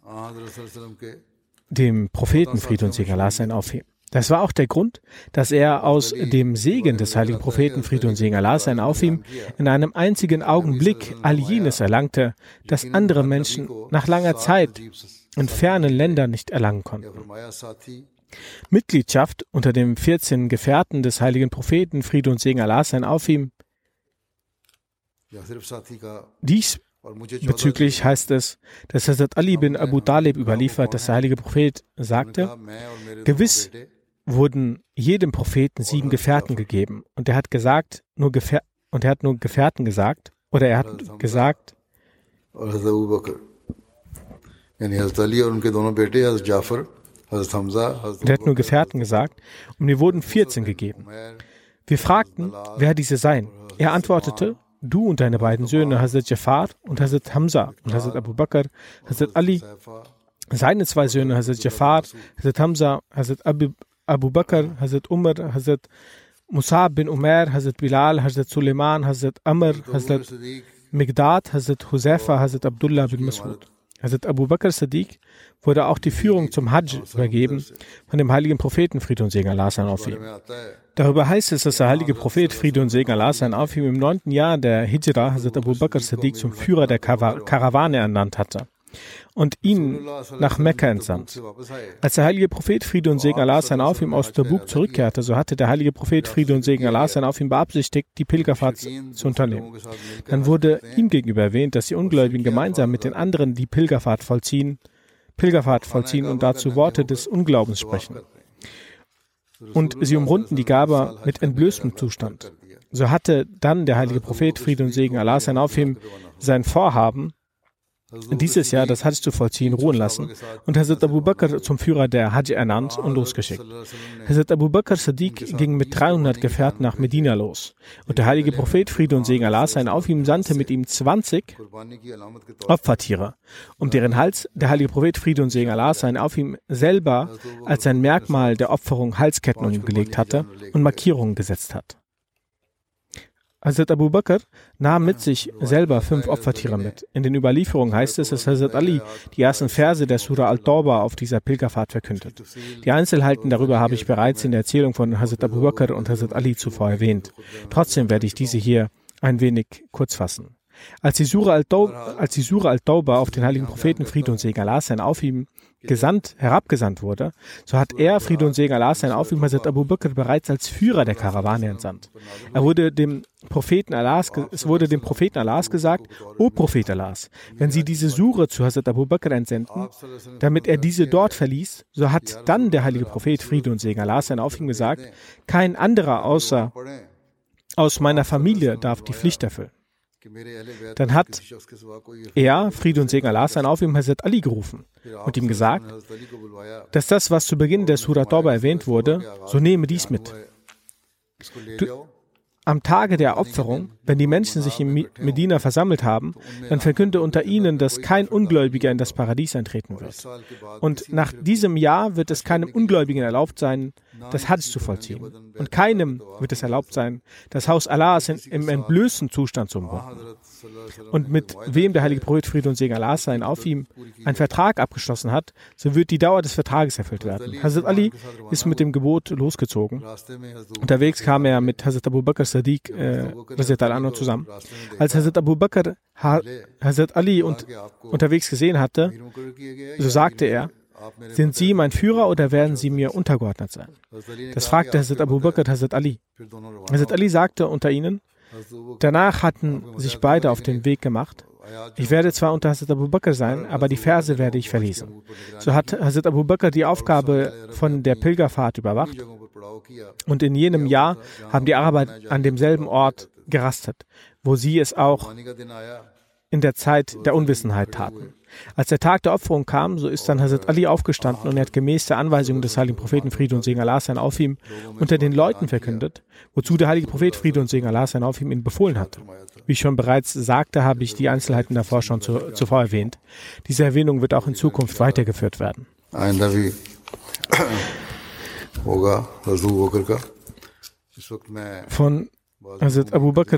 dem Propheten, Friede und Segen Allah sein auf ihm. Das war auch der Grund, dass er aus dem Segen des heiligen Propheten, Friede und Segen Allah sein auf ihm, in einem einzigen Augenblick all jenes erlangte, das andere Menschen nach langer Zeit in fernen Ländern nicht erlangen konnten. Mitgliedschaft unter den vierzehn Gefährten des heiligen Propheten, Friede und Segen Allah sein auf ihm. Diesbezüglich heißt es, dass Hazrat Ali bin Abu Talib überliefert, dass der heilige Prophet sagte, gewiss wurden jedem Propheten sieben Gefährten gegeben. Und er hat gesagt, nur Gefähr und er hat nur Gefährten gesagt, oder er hat gesagt, er hat nur Gefährten gesagt, und mir wurden vierzehn gegeben. Wir fragten, wer diese seien. Er antwortete, du und deine beiden Söhne, Hazrat Jafar und Hazrat Hamza und Hazrat Abu Bakr, Hazrat Ali, seine zwei Söhne, Hazrat Jafar, Hazrat Hamza, Hazrat Abu, Abu Bakr, Hazrat Umar, Hazrat Musab bin Umar, Hazrat Bilal, Hazrat Suleiman, Hazrat Amr, Hazrat Migdad, Hazrat Huzaifa, Hazrat Abdullah bin Mas'ud. Hazrat Abu Bakr Siddiq wurde auch die Führung zum Hajj übergeben von dem heiligen Propheten, Friede und Segen Allah sein auf ihm. Darüber heißt es, dass der heilige Prophet, Friede und Segen Allah sein auf ihm, im neunten Jahr der Hijra Hazrat Abu Bakr Siddiq zum Führer der Karawane ernannt hatte und ihn nach Mekka entsandt. Als der heilige Prophet, Friede und Segen Allah sein auf ihm, aus Tabuk zurückkehrte, so hatte der heilige Prophet, Friede und Segen Allah sein auf ihm, beabsichtigt, die Pilgerfahrt zu unternehmen. Dann wurde ihm gegenüber erwähnt, dass die Ungläubigen gemeinsam mit den anderen die Pilgerfahrt vollziehen, Pilgerfahrt vollziehen und dazu Worte des Unglaubens sprechen. Und sie umrunden die Kaaba mit entblößtem Zustand. So hatte dann der heilige Prophet, Friede und Segen Allah sein auf ihm, sein Vorhaben, dieses Jahr das Hajj zu vollziehen, ruhen lassen und Hazrat Abu Bakr zum Führer der Hajj ernannt und losgeschickt. Hazrat Abu Bakr Siddiq ging mit dreihundert Gefährten nach Medina los und der heilige Prophet, Friede und Segen Allah sein auf ihm, sandte mit ihm zwanzig Opfertiere, um deren Hals der heilige Prophet, Friede und Segen Allah sein auf ihm, selber als sein Merkmal der Opferung Halsketten um ihn gelegt hatte und Markierungen gesetzt hat. Hazrat Abu Bakr nahm mit sich selber fünf Opfertiere mit. In den Überlieferungen heißt es, dass Hazrat Ali die ersten Verse der Surah Al-Tawbah auf dieser Pilgerfahrt verkündet. Die Einzelheiten darüber habe ich bereits in der Erzählung von Hazrat Abu Bakr und Hazrat Ali zuvor erwähnt. Trotzdem werde ich diese hier ein wenig kurz fassen. Als die Surah Al-Tawbah, als die Surah Al-Tawbah auf den heiligen Propheten, Friede und Segen Allah sein auf ihm, gesandt, herabgesandt wurde, so hat er, Friede und Segen Allah sein auf ihm, Hazrat Abu Bakr bereits als Führer der Karawane entsandt. Er wurde dem Propheten Allahs, es wurde dem Propheten Allahs gesagt, O Prophet Allahs, wenn Sie diese Sure zu Hazrat Abu Bakr entsenden, damit er diese dort verließ, so hat dann der heilige Prophet, Friede und Segen Allah sein auf ihm gesagt, kein anderer außer aus meiner Familie darf die Pflicht erfüllen. Dann hat er, Friede und Segen Allah sein auf ihm, Hazrat Ali gerufen und ihm gesagt, dass das, was zu Beginn der Surah Tawbah erwähnt wurde, so nehme dies mit. Du, am Tage der Opferung, wenn die Menschen sich in Medina versammelt haben, dann verkünde unter ihnen, dass kein Ungläubiger in das Paradies eintreten wird. Und nach diesem Jahr wird es keinem Ungläubigen erlaubt sein, das Hajj zu vollziehen. Und keinem wird es erlaubt sein, das Haus Allahs in, im entblößten Zustand zu umrunden. Und mit wem der heilige Prophet Friede und Segen Allahs seien auf ihm einen Vertrag abgeschlossen hat, so wird die Dauer des Vertrages erfüllt werden. Hazrat Ali ist mit dem Gebot losgezogen. Unterwegs kam er mit Hazrat Abu Bakr Sadiq äh, zusammen. Als Hazrat Abu Bakr ha Hazrat Ali und, unterwegs gesehen hatte, so sagte er: Sind Sie mein Führer oder werden Sie mir untergeordnet sein? Das fragte Hazrat Abu Bakr Hazrat Ali. Hazrat Ali sagte unter ihnen: Danach hatten sich beide auf den Weg gemacht. Ich werde zwar unter Hazrat Abu Bakr sein, aber die Verse werde ich verlesen. So hat Hazrat Abu Bakr die Aufgabe von der Pilgerfahrt überwacht. Und in jenem Jahr haben die Araber an demselben Ort gerastet, wo sie es auch in der Zeit der Unwissenheit taten. Als der Tag der Opferung kam, so ist dann Hazrat Ali aufgestanden und er hat gemäß der Anweisung des heiligen Propheten Friede und Segen Allahs sein auf ihm unter den Leuten verkündet, wozu der heilige Prophet Friede und Segen Allahs sein auf ihm ihn befohlen hatte. Wie ich schon bereits sagte, habe ich die Einzelheiten davor schon zu, zuvor erwähnt. Diese Erwähnung wird auch in Zukunft weitergeführt werden. Von Hazrat Abu Bakr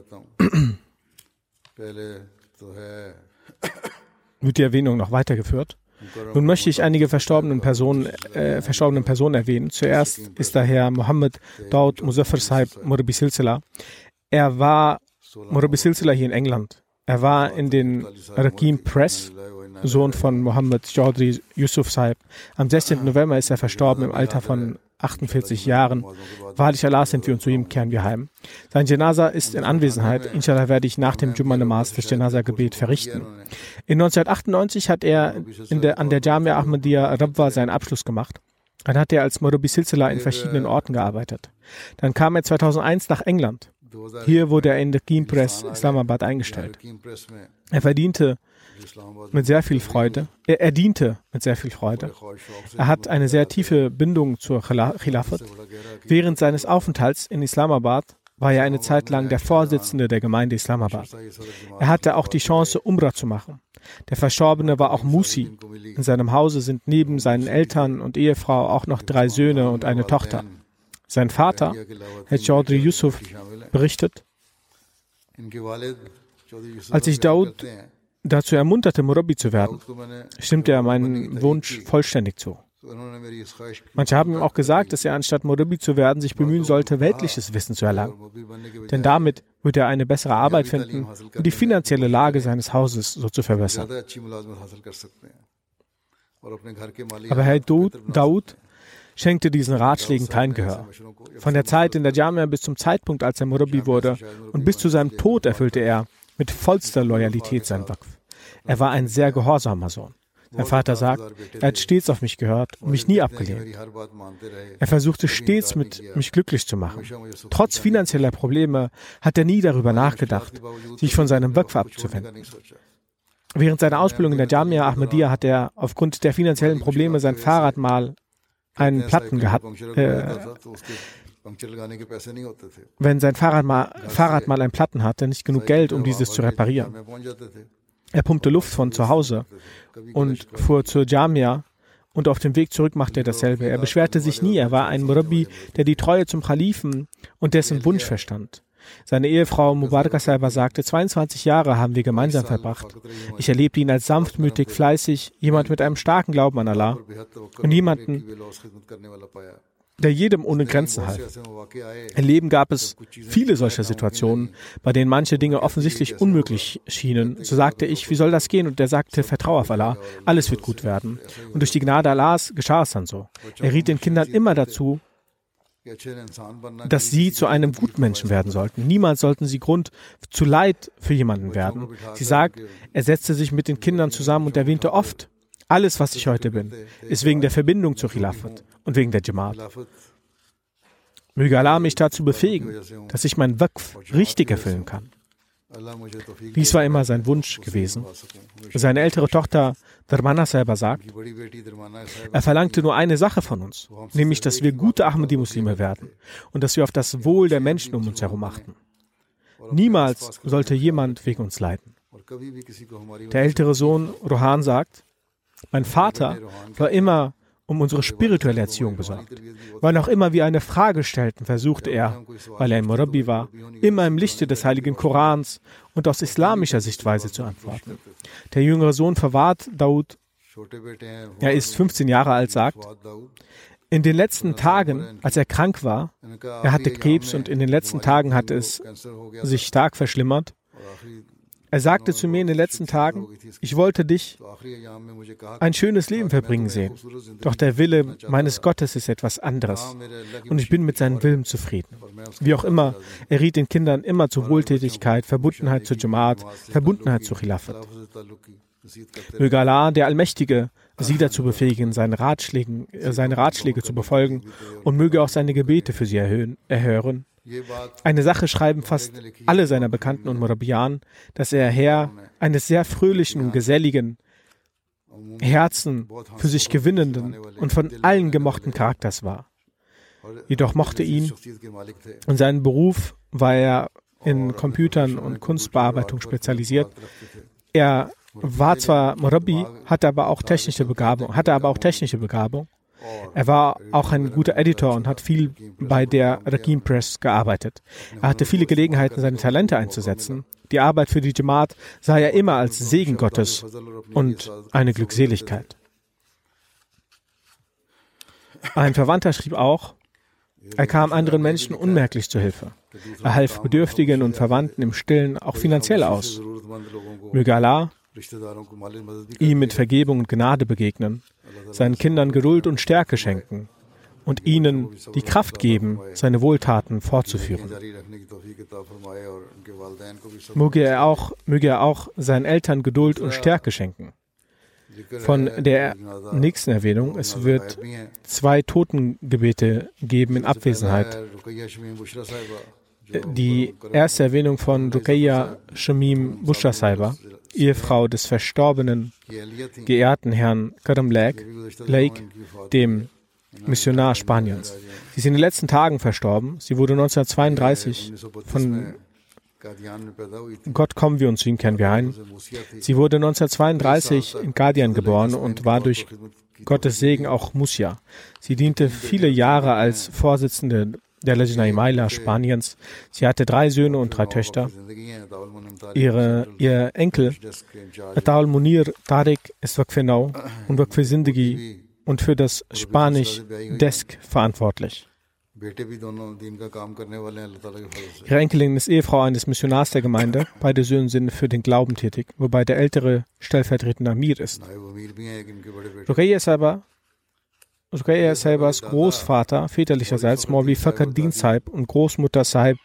wird die Erwähnung noch weitergeführt. Nun möchte ich einige verstorbenen Personen, äh, verstorbenen Personen erwähnen. Zuerst ist der Herr Muhammad Daud Muzaffar Sahib Murabi Silsila. Er war Murabi Silsila hier in England. Er war in den Rakim Press, Sohn von Muhammad Chaudhry Yusuf Sahib. Am sechzehnten November ist er verstorben im Alter von achtundvierzig Jahren. Wahrlich Allah sind wir und zu ihm kehren wir heim. Sein Janaza ist in Anwesenheit. Inshallah werde ich nach dem Jumma Namaz das Janaza-Gebet verrichten. In neunzehnhundertachtundneunzig hat er in der, an der Jamia Ahmadiyya Rabwa seinen Abschluss gemacht. Dann hat er als Murabi Silsila in verschiedenen Orten gearbeitet. Dann kam er zweitausendeins nach England. Hier wurde er in der Rakim Press Islamabad eingestellt. Er verdiente mit sehr viel Freude. Er, er diente mit sehr viel Freude. Er hat eine sehr tiefe Bindung zur Khilafat. Während seines Aufenthalts in Islamabad war er eine Zeit lang der Vorsitzende der Gemeinde Islamabad. Er hatte auch die Chance, Umrah zu machen. Der Verstorbene war auch Musi. In seinem Hause sind neben seinen Eltern und Ehefrau auch noch drei Söhne und eine Tochter. Sein Vater, Herr Chaudhry Yusuf, berichtet: Als ich Daud dazu ermunterte, Murabi zu werden, stimmte er meinen Wunsch vollständig zu. Manche haben ihm auch gesagt, dass er anstatt Murabi zu werden, sich bemühen sollte, weltliches Wissen zu erlangen. Denn damit würde er eine bessere Arbeit finden und die finanzielle Lage seines Hauses so zu verbessern. Aber Herr Daud schenkte diesen Ratschlägen kein Gehör. Von der Zeit in der Jamia bis zum Zeitpunkt, als er Murabi wurde, und bis zu seinem Tod erfüllte er mit vollster Loyalität sein Waqf. Er war ein sehr gehorsamer Sohn. Sein Vater sagt, er hat stets auf mich gehört und mich nie abgelehnt. Er versuchte stets, mit mich glücklich zu machen. Trotz finanzieller Probleme hat er nie darüber nachgedacht, sich von seinem Waqf abzuwenden. Während seiner Ausbildung in der Jamia Ahmadiyya hat er aufgrund der finanziellen Probleme sein Fahrrad mal einen Platten gehabt. Äh, wenn sein Fahrrad mal, Fahrrad mal einen Platten hatte, nicht genug Geld, um dieses zu reparieren. Er pumpte Luft von zu Hause und fuhr zur Jamia und auf dem Weg zurück machte er dasselbe. Er beschwerte sich nie, er war ein Murabi, der die Treue zum Khalifen und dessen Wunsch verstand. Seine Ehefrau Mubaraka Saiba sagte, zweiundzwanzig Jahre haben wir gemeinsam verbracht. Ich erlebte ihn als sanftmütig, fleißig, jemand mit einem starken Glauben an Allah und jemanden, der jedem ohne Grenzen half. Im Leben gab es viele solcher Situationen, bei denen manche Dinge offensichtlich unmöglich schienen. So sagte ich, wie soll das gehen? Und er sagte, vertraue auf Allah, alles wird gut werden. Und durch die Gnade Allahs geschah es dann so. Er riet den Kindern immer dazu, dass sie zu einem Gutmenschen werden sollten. Niemals sollten sie Grund zu Leid für jemanden werden. Sie sagt, er setzte sich mit den Kindern zusammen und erwähnte oft, alles, was ich heute bin, ist wegen der Verbindung zur Khilafat und wegen der Jamaat. Möge Allah mich dazu befähigen, dass ich mein Waqf richtig erfüllen kann. Dies war immer sein Wunsch gewesen. Seine ältere Tochter Darmana Sahiba sagt, er verlangte nur eine Sache von uns, nämlich, dass wir gute Ahmadi-Muslime werden und dass wir auf das Wohl der Menschen um uns herum achten. Niemals sollte jemand wegen uns leiden. Der ältere Sohn Rohan sagt, mein Vater war immer um unsere spirituelle Erziehung besorgt. Wann auch immer wir eine Frage stellten, versuchte er, weil er ein Murabbi war, immer im Lichte des heiligen Korans und aus islamischer Sichtweise zu antworten. Der jüngere Sohn Fawad Daud, er ist fünfzehn Jahre alt, sagt, in den letzten Tagen, als er krank war, er hatte Krebs und in den letzten Tagen hat es sich stark verschlimmert. Er sagte zu mir in den letzten Tagen, ich wollte dich ein schönes Leben verbringen sehen. Doch der Wille meines Gottes ist etwas anderes. Und ich bin mit seinem Willen zufrieden. Wie auch immer, er riet den Kindern immer zur Wohltätigkeit, Verbundenheit zur Jamaat, Verbundenheit zur Khilafat. Möge Allah, der Allmächtige, sie dazu befähigen, seine, Ratschlägen, seine Ratschläge zu befolgen und möge auch seine Gebete für sie erhöhen, erhören. Eine Sache schreiben fast alle seiner Bekannten und Murabbiyan, dass er Herr eines sehr fröhlichen und geselligen Herzen, für sich gewinnenden und von allen gemochten Charakters war. Jedoch mochte ihn in seinem Beruf, war er in Computern und Kunstbearbeitung spezialisiert. Er war zwar Murabbi, hatte aber auch technische Begabung, hatte aber auch technische Begabung. Er war auch ein guter Editor und hat viel bei der Rakim Press gearbeitet. Er hatte viele Gelegenheiten, seine Talente einzusetzen. Die Arbeit für die Jamaat sah er immer als Segen Gottes und eine Glückseligkeit. Ein Verwandter schrieb auch, er kam anderen Menschen unmerklich zu Hilfe. Er half Bedürftigen und Verwandten im Stillen auch finanziell aus. Möge Allah ihm mit Vergebung und Gnade begegnen, seinen Kindern Geduld und Stärke schenken und ihnen die Kraft geben, seine Wohltaten fortzuführen. Möge er auch, möge er auch seinen Eltern Geduld und Stärke schenken. Von der nächsten Erwähnung, es wird zwei Totengebete geben in Abwesenheit. Die erste Erwähnung von Ruqayya Shamim Bushra Sahiba, Ehefrau des verstorbenen, geehrten Herrn Karam Lake, Lake, dem Missionar Spaniens. Sie ist in den letzten Tagen verstorben. Sie wurde neunzehnhundertzweiunddreißig von Gott kommen wir und zu ihm kehren wir ein. Sie wurde neunzehnhundertzweiunddreißig in Qadian geboren und war durch Gottes Segen auch Musia. Sie diente viele Jahre als Vorsitzende der Lajna Imaila Spaniens. Sie hatte drei Söhne und drei Töchter. Ihre, ihr Enkel, Ataul Munir Tariq, ist Waqf Nau und Waqf Zindagi und für das Spanisch-Desk verantwortlich. Ihre Enkelin ist Ehefrau eines Missionars der Gemeinde. Beide Söhne sind für den Glauben tätig, wobei der ältere stellvertretender Amir ist. Ruqayya Sahiba Ruqayya Sahibas Großvater, väterlicherseits Maulvi Fakhruddin Sahib und Großmutter Sahib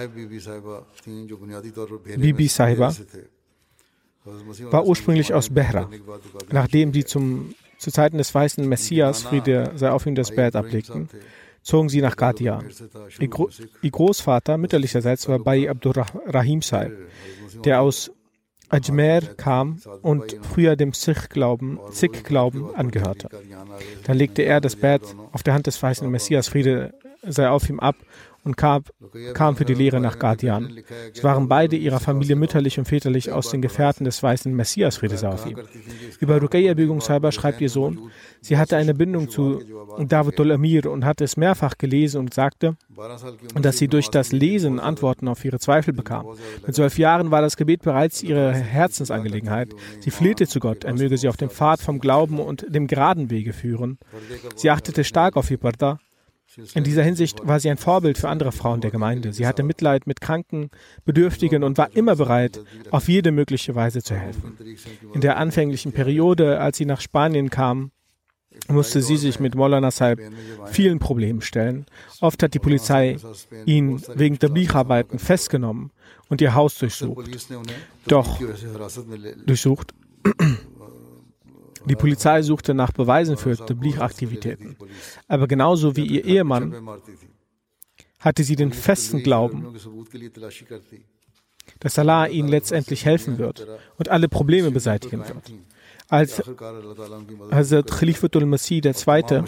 Bibi Sahiba, war ursprünglich aus Behra. Nachdem sie zum, zu Zeiten des weißen Messias, Friede sei auf ihm, das Bett ablegten, zogen sie nach Qadian. Ihr, Gro ihr Großvater mütterlicherseits war Bai Abdurrahim Sahib, der aus Ajmer kam und früher dem Sikh-Glauben Sikh-Glauben angehörte. Dann legte er das Bett auf der Hand des weißen Messias, Friede sei auf ihm, ab und kam, kam für die Lehre nach Qadian. Sie waren beide ihrer Familie mütterlich und väterlich aus den Gefährten des weißen Messias, Friede sei auf ihm. Über Ruqayya Begum Sahiba schreibt ihr Sohn, sie hatte eine Bindung zu Dawatul Amir und hatte es mehrfach gelesen und sagte, dass sie durch das Lesen Antworten auf ihre Zweifel bekam. Mit zwölf Jahren war das Gebet bereits ihre Herzensangelegenheit. Sie flehte zu Gott, er möge sie auf dem Pfad vom Glauben und dem geraden Wege führen. Sie achtete stark auf ihr Parda. In dieser Hinsicht war sie ein Vorbild für andere Frauen der Gemeinde. Sie hatte Mitleid mit Kranken, Bedürftigen und war immer bereit, auf jede mögliche Weise zu helfen. In der anfänglichen Periode, als sie nach Spanien kam, musste sie sich mit Maulana Sahib vielen Problemen stellen. Oft hat die Polizei ihn wegen Tabligh-Arbeiten festgenommen und ihr Haus durchsucht. Doch, durchsucht. Die Polizei suchte nach Beweisen für Tabligh-Aktivitäten. Aber genauso wie ihr Ehemann hatte sie den festen Glauben, dass Allah ihnen letztendlich helfen wird und alle Probleme beseitigen wird. Als Hazrat Khalifatul Masih der Zweite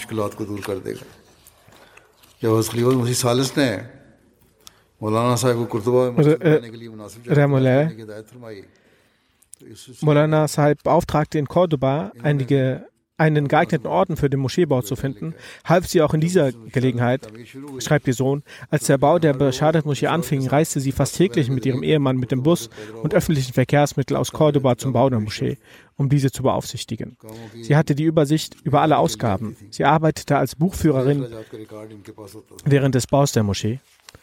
Rahimahullah Maulana Sahib beauftragte in Cordoba, einige, einen geeigneten Orden für den Moscheebau zu finden, half sie auch in dieser Gelegenheit, schreibt ihr Sohn. Als der Bau der Beschadet-Moschee anfing, reiste sie fast täglich mit ihrem Ehemann mit dem Bus und öffentlichen Verkehrsmitteln aus Cordoba zum Bau der Moschee, um diese zu beaufsichtigen. Sie hatte die Übersicht über alle Ausgaben. Sie arbeitete als Buchführerin während des Baus der Moschee.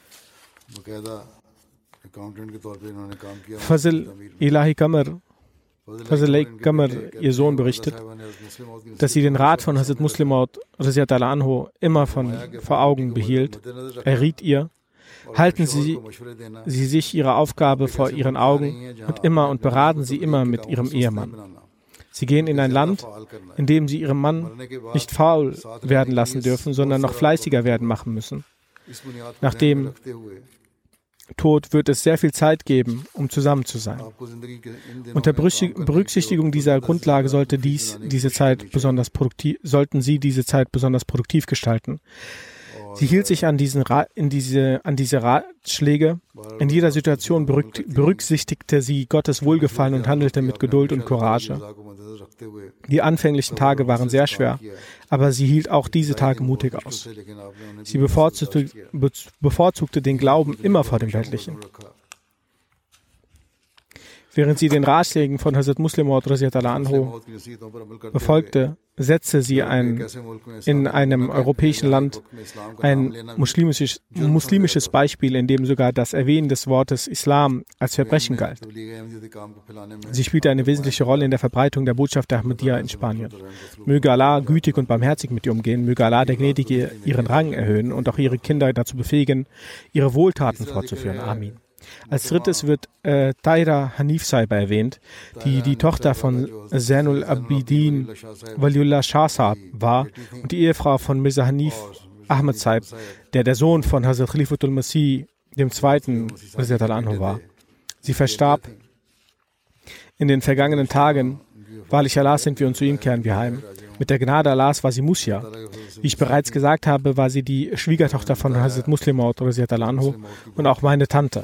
Fazl Ilahi Qamar, Fazl Qamar, ihr Sohn, berichtet, dass sie den Rat von Hazrat Muslim Maud radhiyallahu anhu immer von, vor Augen behielt. Er riet ihr, halten Sie, Sie sich Ihre Aufgabe vor Ihren Augen und immer und beraten Sie immer mit Ihrem Ehemann. Sie gehen in ein Land, in dem Sie Ihrem Mann nicht faul werden lassen dürfen, sondern noch fleißiger werden machen müssen. Nach dem Tod wird es sehr viel Zeit geben, um zusammen zu sein. Unter Berücksichtigung dieser Grundlage sollte dies, diese Zeit besonders produktiv, sollten Sie diese Zeit besonders produktiv gestalten. Sie hielt sich an, diesen Ra in diese, an diese Ratschläge. In jeder Situation berücksichtigte sie Gottes Wohlgefallen und handelte mit Geduld und Courage. Die anfänglichen Tage waren sehr schwer, aber sie hielt auch diese Tage mutig aus. Sie bevorzugte, be bevorzugte den Glauben immer vor dem Weltlichen. Während sie den Ratschlägen von Hazrat Muslim Maud radhiyallahu anhu befolgte, setzte sie ein, in einem europäischen Land ein muslimisches, muslimisches Beispiel, in dem sogar das Erwähnen des Wortes Islam als Verbrechen galt. Sie spielte eine wesentliche Rolle in der Verbreitung der Botschaft der Ahmadiyya in Spanien. Möge Allah gütig und barmherzig mit ihr umgehen, möge Allah der Gnädige ihren Rang erhöhen und auch ihre Kinder dazu befähigen, ihre Wohltaten fortzuführen. Amin. Als drittes wird äh, Taira Hanif Sahib erwähnt, die die Tochter von Zainul Abidin Waliullah Shah Sahib war und die Ehefrau von Mirza Hanif Ahmad Sahib, der der Sohn von Hazrat Khalifatul Masih dem Zweiten anhu war. Sie verstarb in den vergangenen Tagen. Wahrlich Allah sind wir und zu ihm kehren wir heim. Mit der Gnade Allahs war sie Musia. Wie ich bereits gesagt habe, war sie die Schwiegertochter von Hazrat Muslim Maud anhu und auch meine Tante.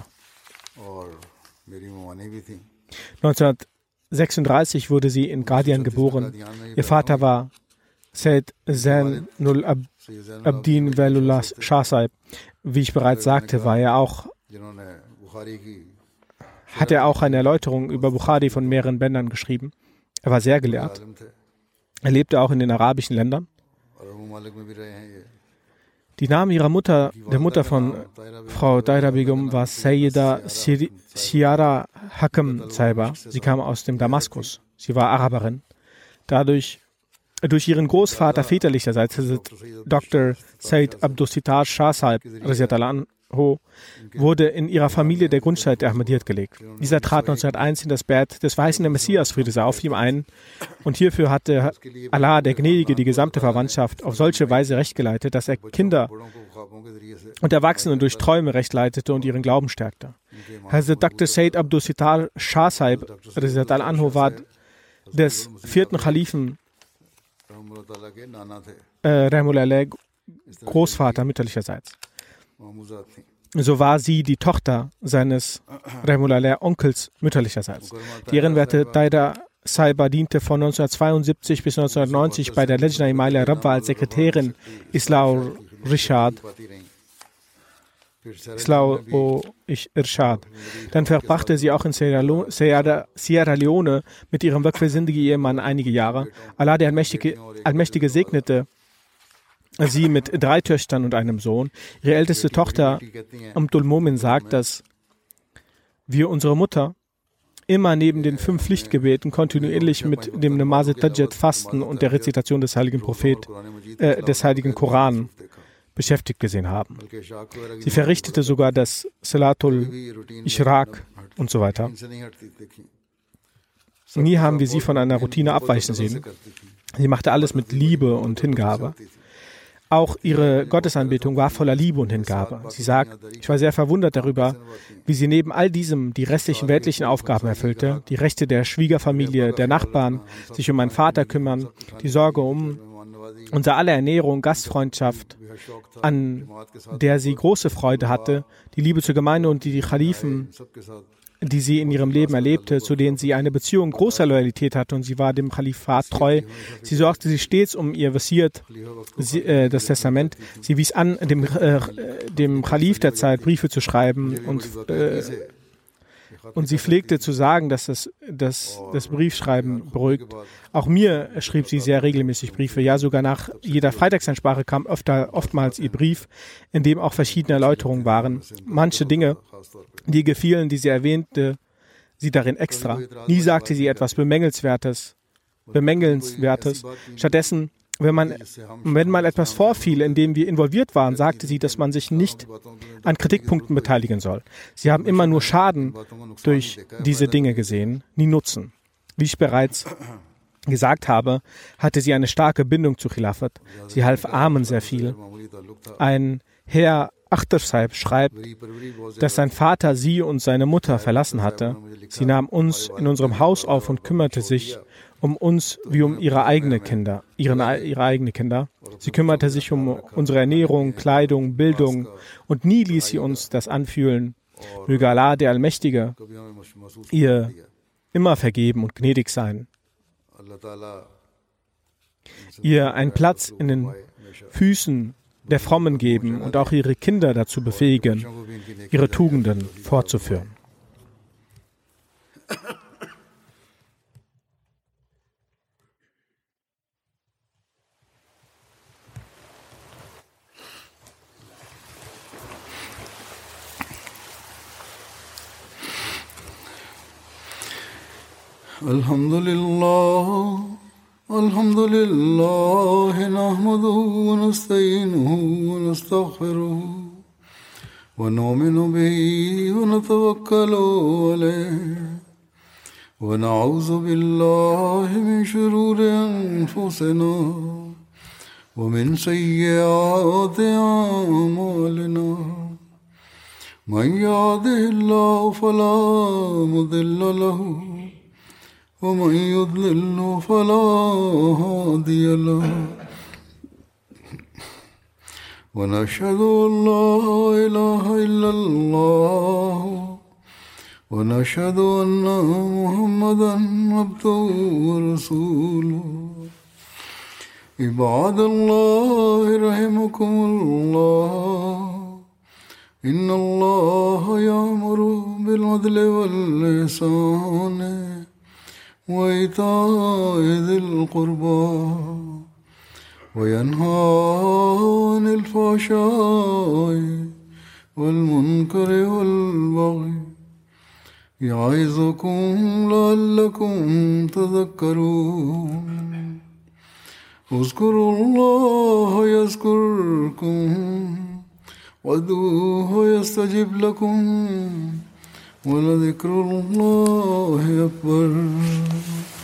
neunzehnhundertsechsunddreißig wurde sie in Qadian geboren. Ihr Vater war Sayyid Zainul Ab Abdin Waliullah Shah Sahib. Wie ich bereits sagte, war er auch, hat er auch eine Erläuterung über Bukhari von mehreren Bändern geschrieben. Er war sehr gelehrt. Er lebte auch in den arabischen Ländern. Die Name ihrer Mutter, der Mutter von Frau Taira Begum, war Sayyida Siara Hakim Saiba. Sie kam aus dem Damaskus. Sie war Araberin. Dadurch, durch ihren Großvater väterlicherseits, Doktor Sayyid Abdus-Sittar Shah Sahib, wurde in ihrer Familie der Grundstein der Ahmadiyyat gelegt. Dieser trat neunzehnhunderteins in das Bett des Weißen Messias Friede auf ihm ein und hierfür hatte Allah, der Gnädige, die gesamte Verwandtschaft auf solche Weise recht geleitet, dass er Kinder und Erwachsene durch Träume recht leitete und ihren Glauben stärkte. Hazrat Doktor Sayyid Abdus-Sittar Shah Sahib anhu war des vierten Khalifen äh, Rahimahullah Großvater mütterlicherseits. So war sie die Tochter seines Rahimahullah Onkels mütterlicherseits. Die ehrenwerte Taira Saiba diente von neunzehnhundertzweiundsiebzig bis neunzehnhundertneunzig bei der Lejna Imam Rabwa als Sekretärin Islau Rishad. Islau Irshad. Dann verbrachte sie auch in Sierra, Sierra, Sierra Leone mit ihrem waqf-sindigen Ehemann einige Jahre. Allah, der Allmächtige, Allmächtige segnete sie mit drei Töchtern und einem Sohn. Ihre älteste Tochter, Amtul Momin, sagt, dass wir unsere Mutter immer neben den fünf Pflichtgebeten kontinuierlich mit dem Namaz Tajjud, Fasten und der Rezitation des heiligen Prophet, äh, des heiligen Koran beschäftigt gesehen haben. Sie verrichtete sogar das Salatul Ishraq und so weiter. Nie haben wir sie von einer Routine abweichen sehen. Sie machte alles mit Liebe und Hingabe. Auch ihre Gottesanbetung war voller Liebe und Hingabe. Sie sagt, ich war sehr verwundert darüber, wie sie neben all diesem die restlichen weltlichen Aufgaben erfüllte, die Rechte der Schwiegerfamilie, der Nachbarn, sich um meinen Vater kümmern, die Sorge um unser aller Ernährung, Gastfreundschaft, an der sie große Freude hatte, die Liebe zur Gemeinde und die Khalifen, die sie in ihrem Leben erlebte, zu denen sie eine Beziehung großer Loyalität hatte und sie war dem Khalifat treu. Sie sorgte sich stets um ihr Wasiert, sie, äh, das Testament. Sie wies an, dem, äh, dem Khalif der Zeit Briefe zu schreiben und, äh, und sie pflegte zu sagen, dass das, dass das Briefschreiben beruhigt. Auch mir schrieb sie sehr regelmäßig Briefe. Ja, sogar nach jeder Freitagsansprache kam öfter, oftmals ihr Brief, in dem auch verschiedene Erläuterungen waren. Manche Dinge, die gefielen, die sie erwähnte, sie darin extra. Nie sagte sie etwas Bemängelnswertes, Bemängelnswertes. Stattdessen, wenn man, wenn mal etwas vorfiel, in dem wir involviert waren, sagte sie, dass man sich nicht an Kritikpunkten beteiligen soll. Sie haben immer nur Schaden durch diese Dinge gesehen, nie Nutzen. Wie ich bereits gesagt habe, hatte sie eine starke Bindung zu Khilafat. Sie half Armen sehr viel. Ein Herr Akhtar Sahib schreibt, dass sein Vater sie und seine Mutter verlassen hatte. Sie nahm uns in unserem Haus auf und kümmerte sich um uns wie um ihre eigenen Kinder, ihren, ihre eigenen Kinder. Sie kümmerte sich um unsere Ernährung, Kleidung, Bildung und nie ließ sie uns das anfühlen. Möge Allah, der Allmächtige, ihr immer vergeben und gnädig sein. Ihr einen Platz in den Füßen der Frommen geben und auch ihre Kinder dazu befähigen, ihre Tugenden fortzuführen. Alhamdulillah. الحمد لله نحمده ونستعينه ونستغفره ونؤمن به ونتوكل عليه ونعوذ بالله من شرور أنفسنا ومن سيئات أعمالنا من يهده الله فلا مضل له ومن يضلل فلا هادي له ونشهد أن لا إله إلا الله ونشهد أن محمدا عبده ورسوله عباد الله رحمكم الله إن الله يأمر بالعدل والإحسان وإيتاء ذي القربى وينهى عن الفحشاء والمنكر والبغي يعظكم لعلكم تذكرون اذكروا الله يذكركم وادعوه يستجب لكم ولذكر الله أكبر.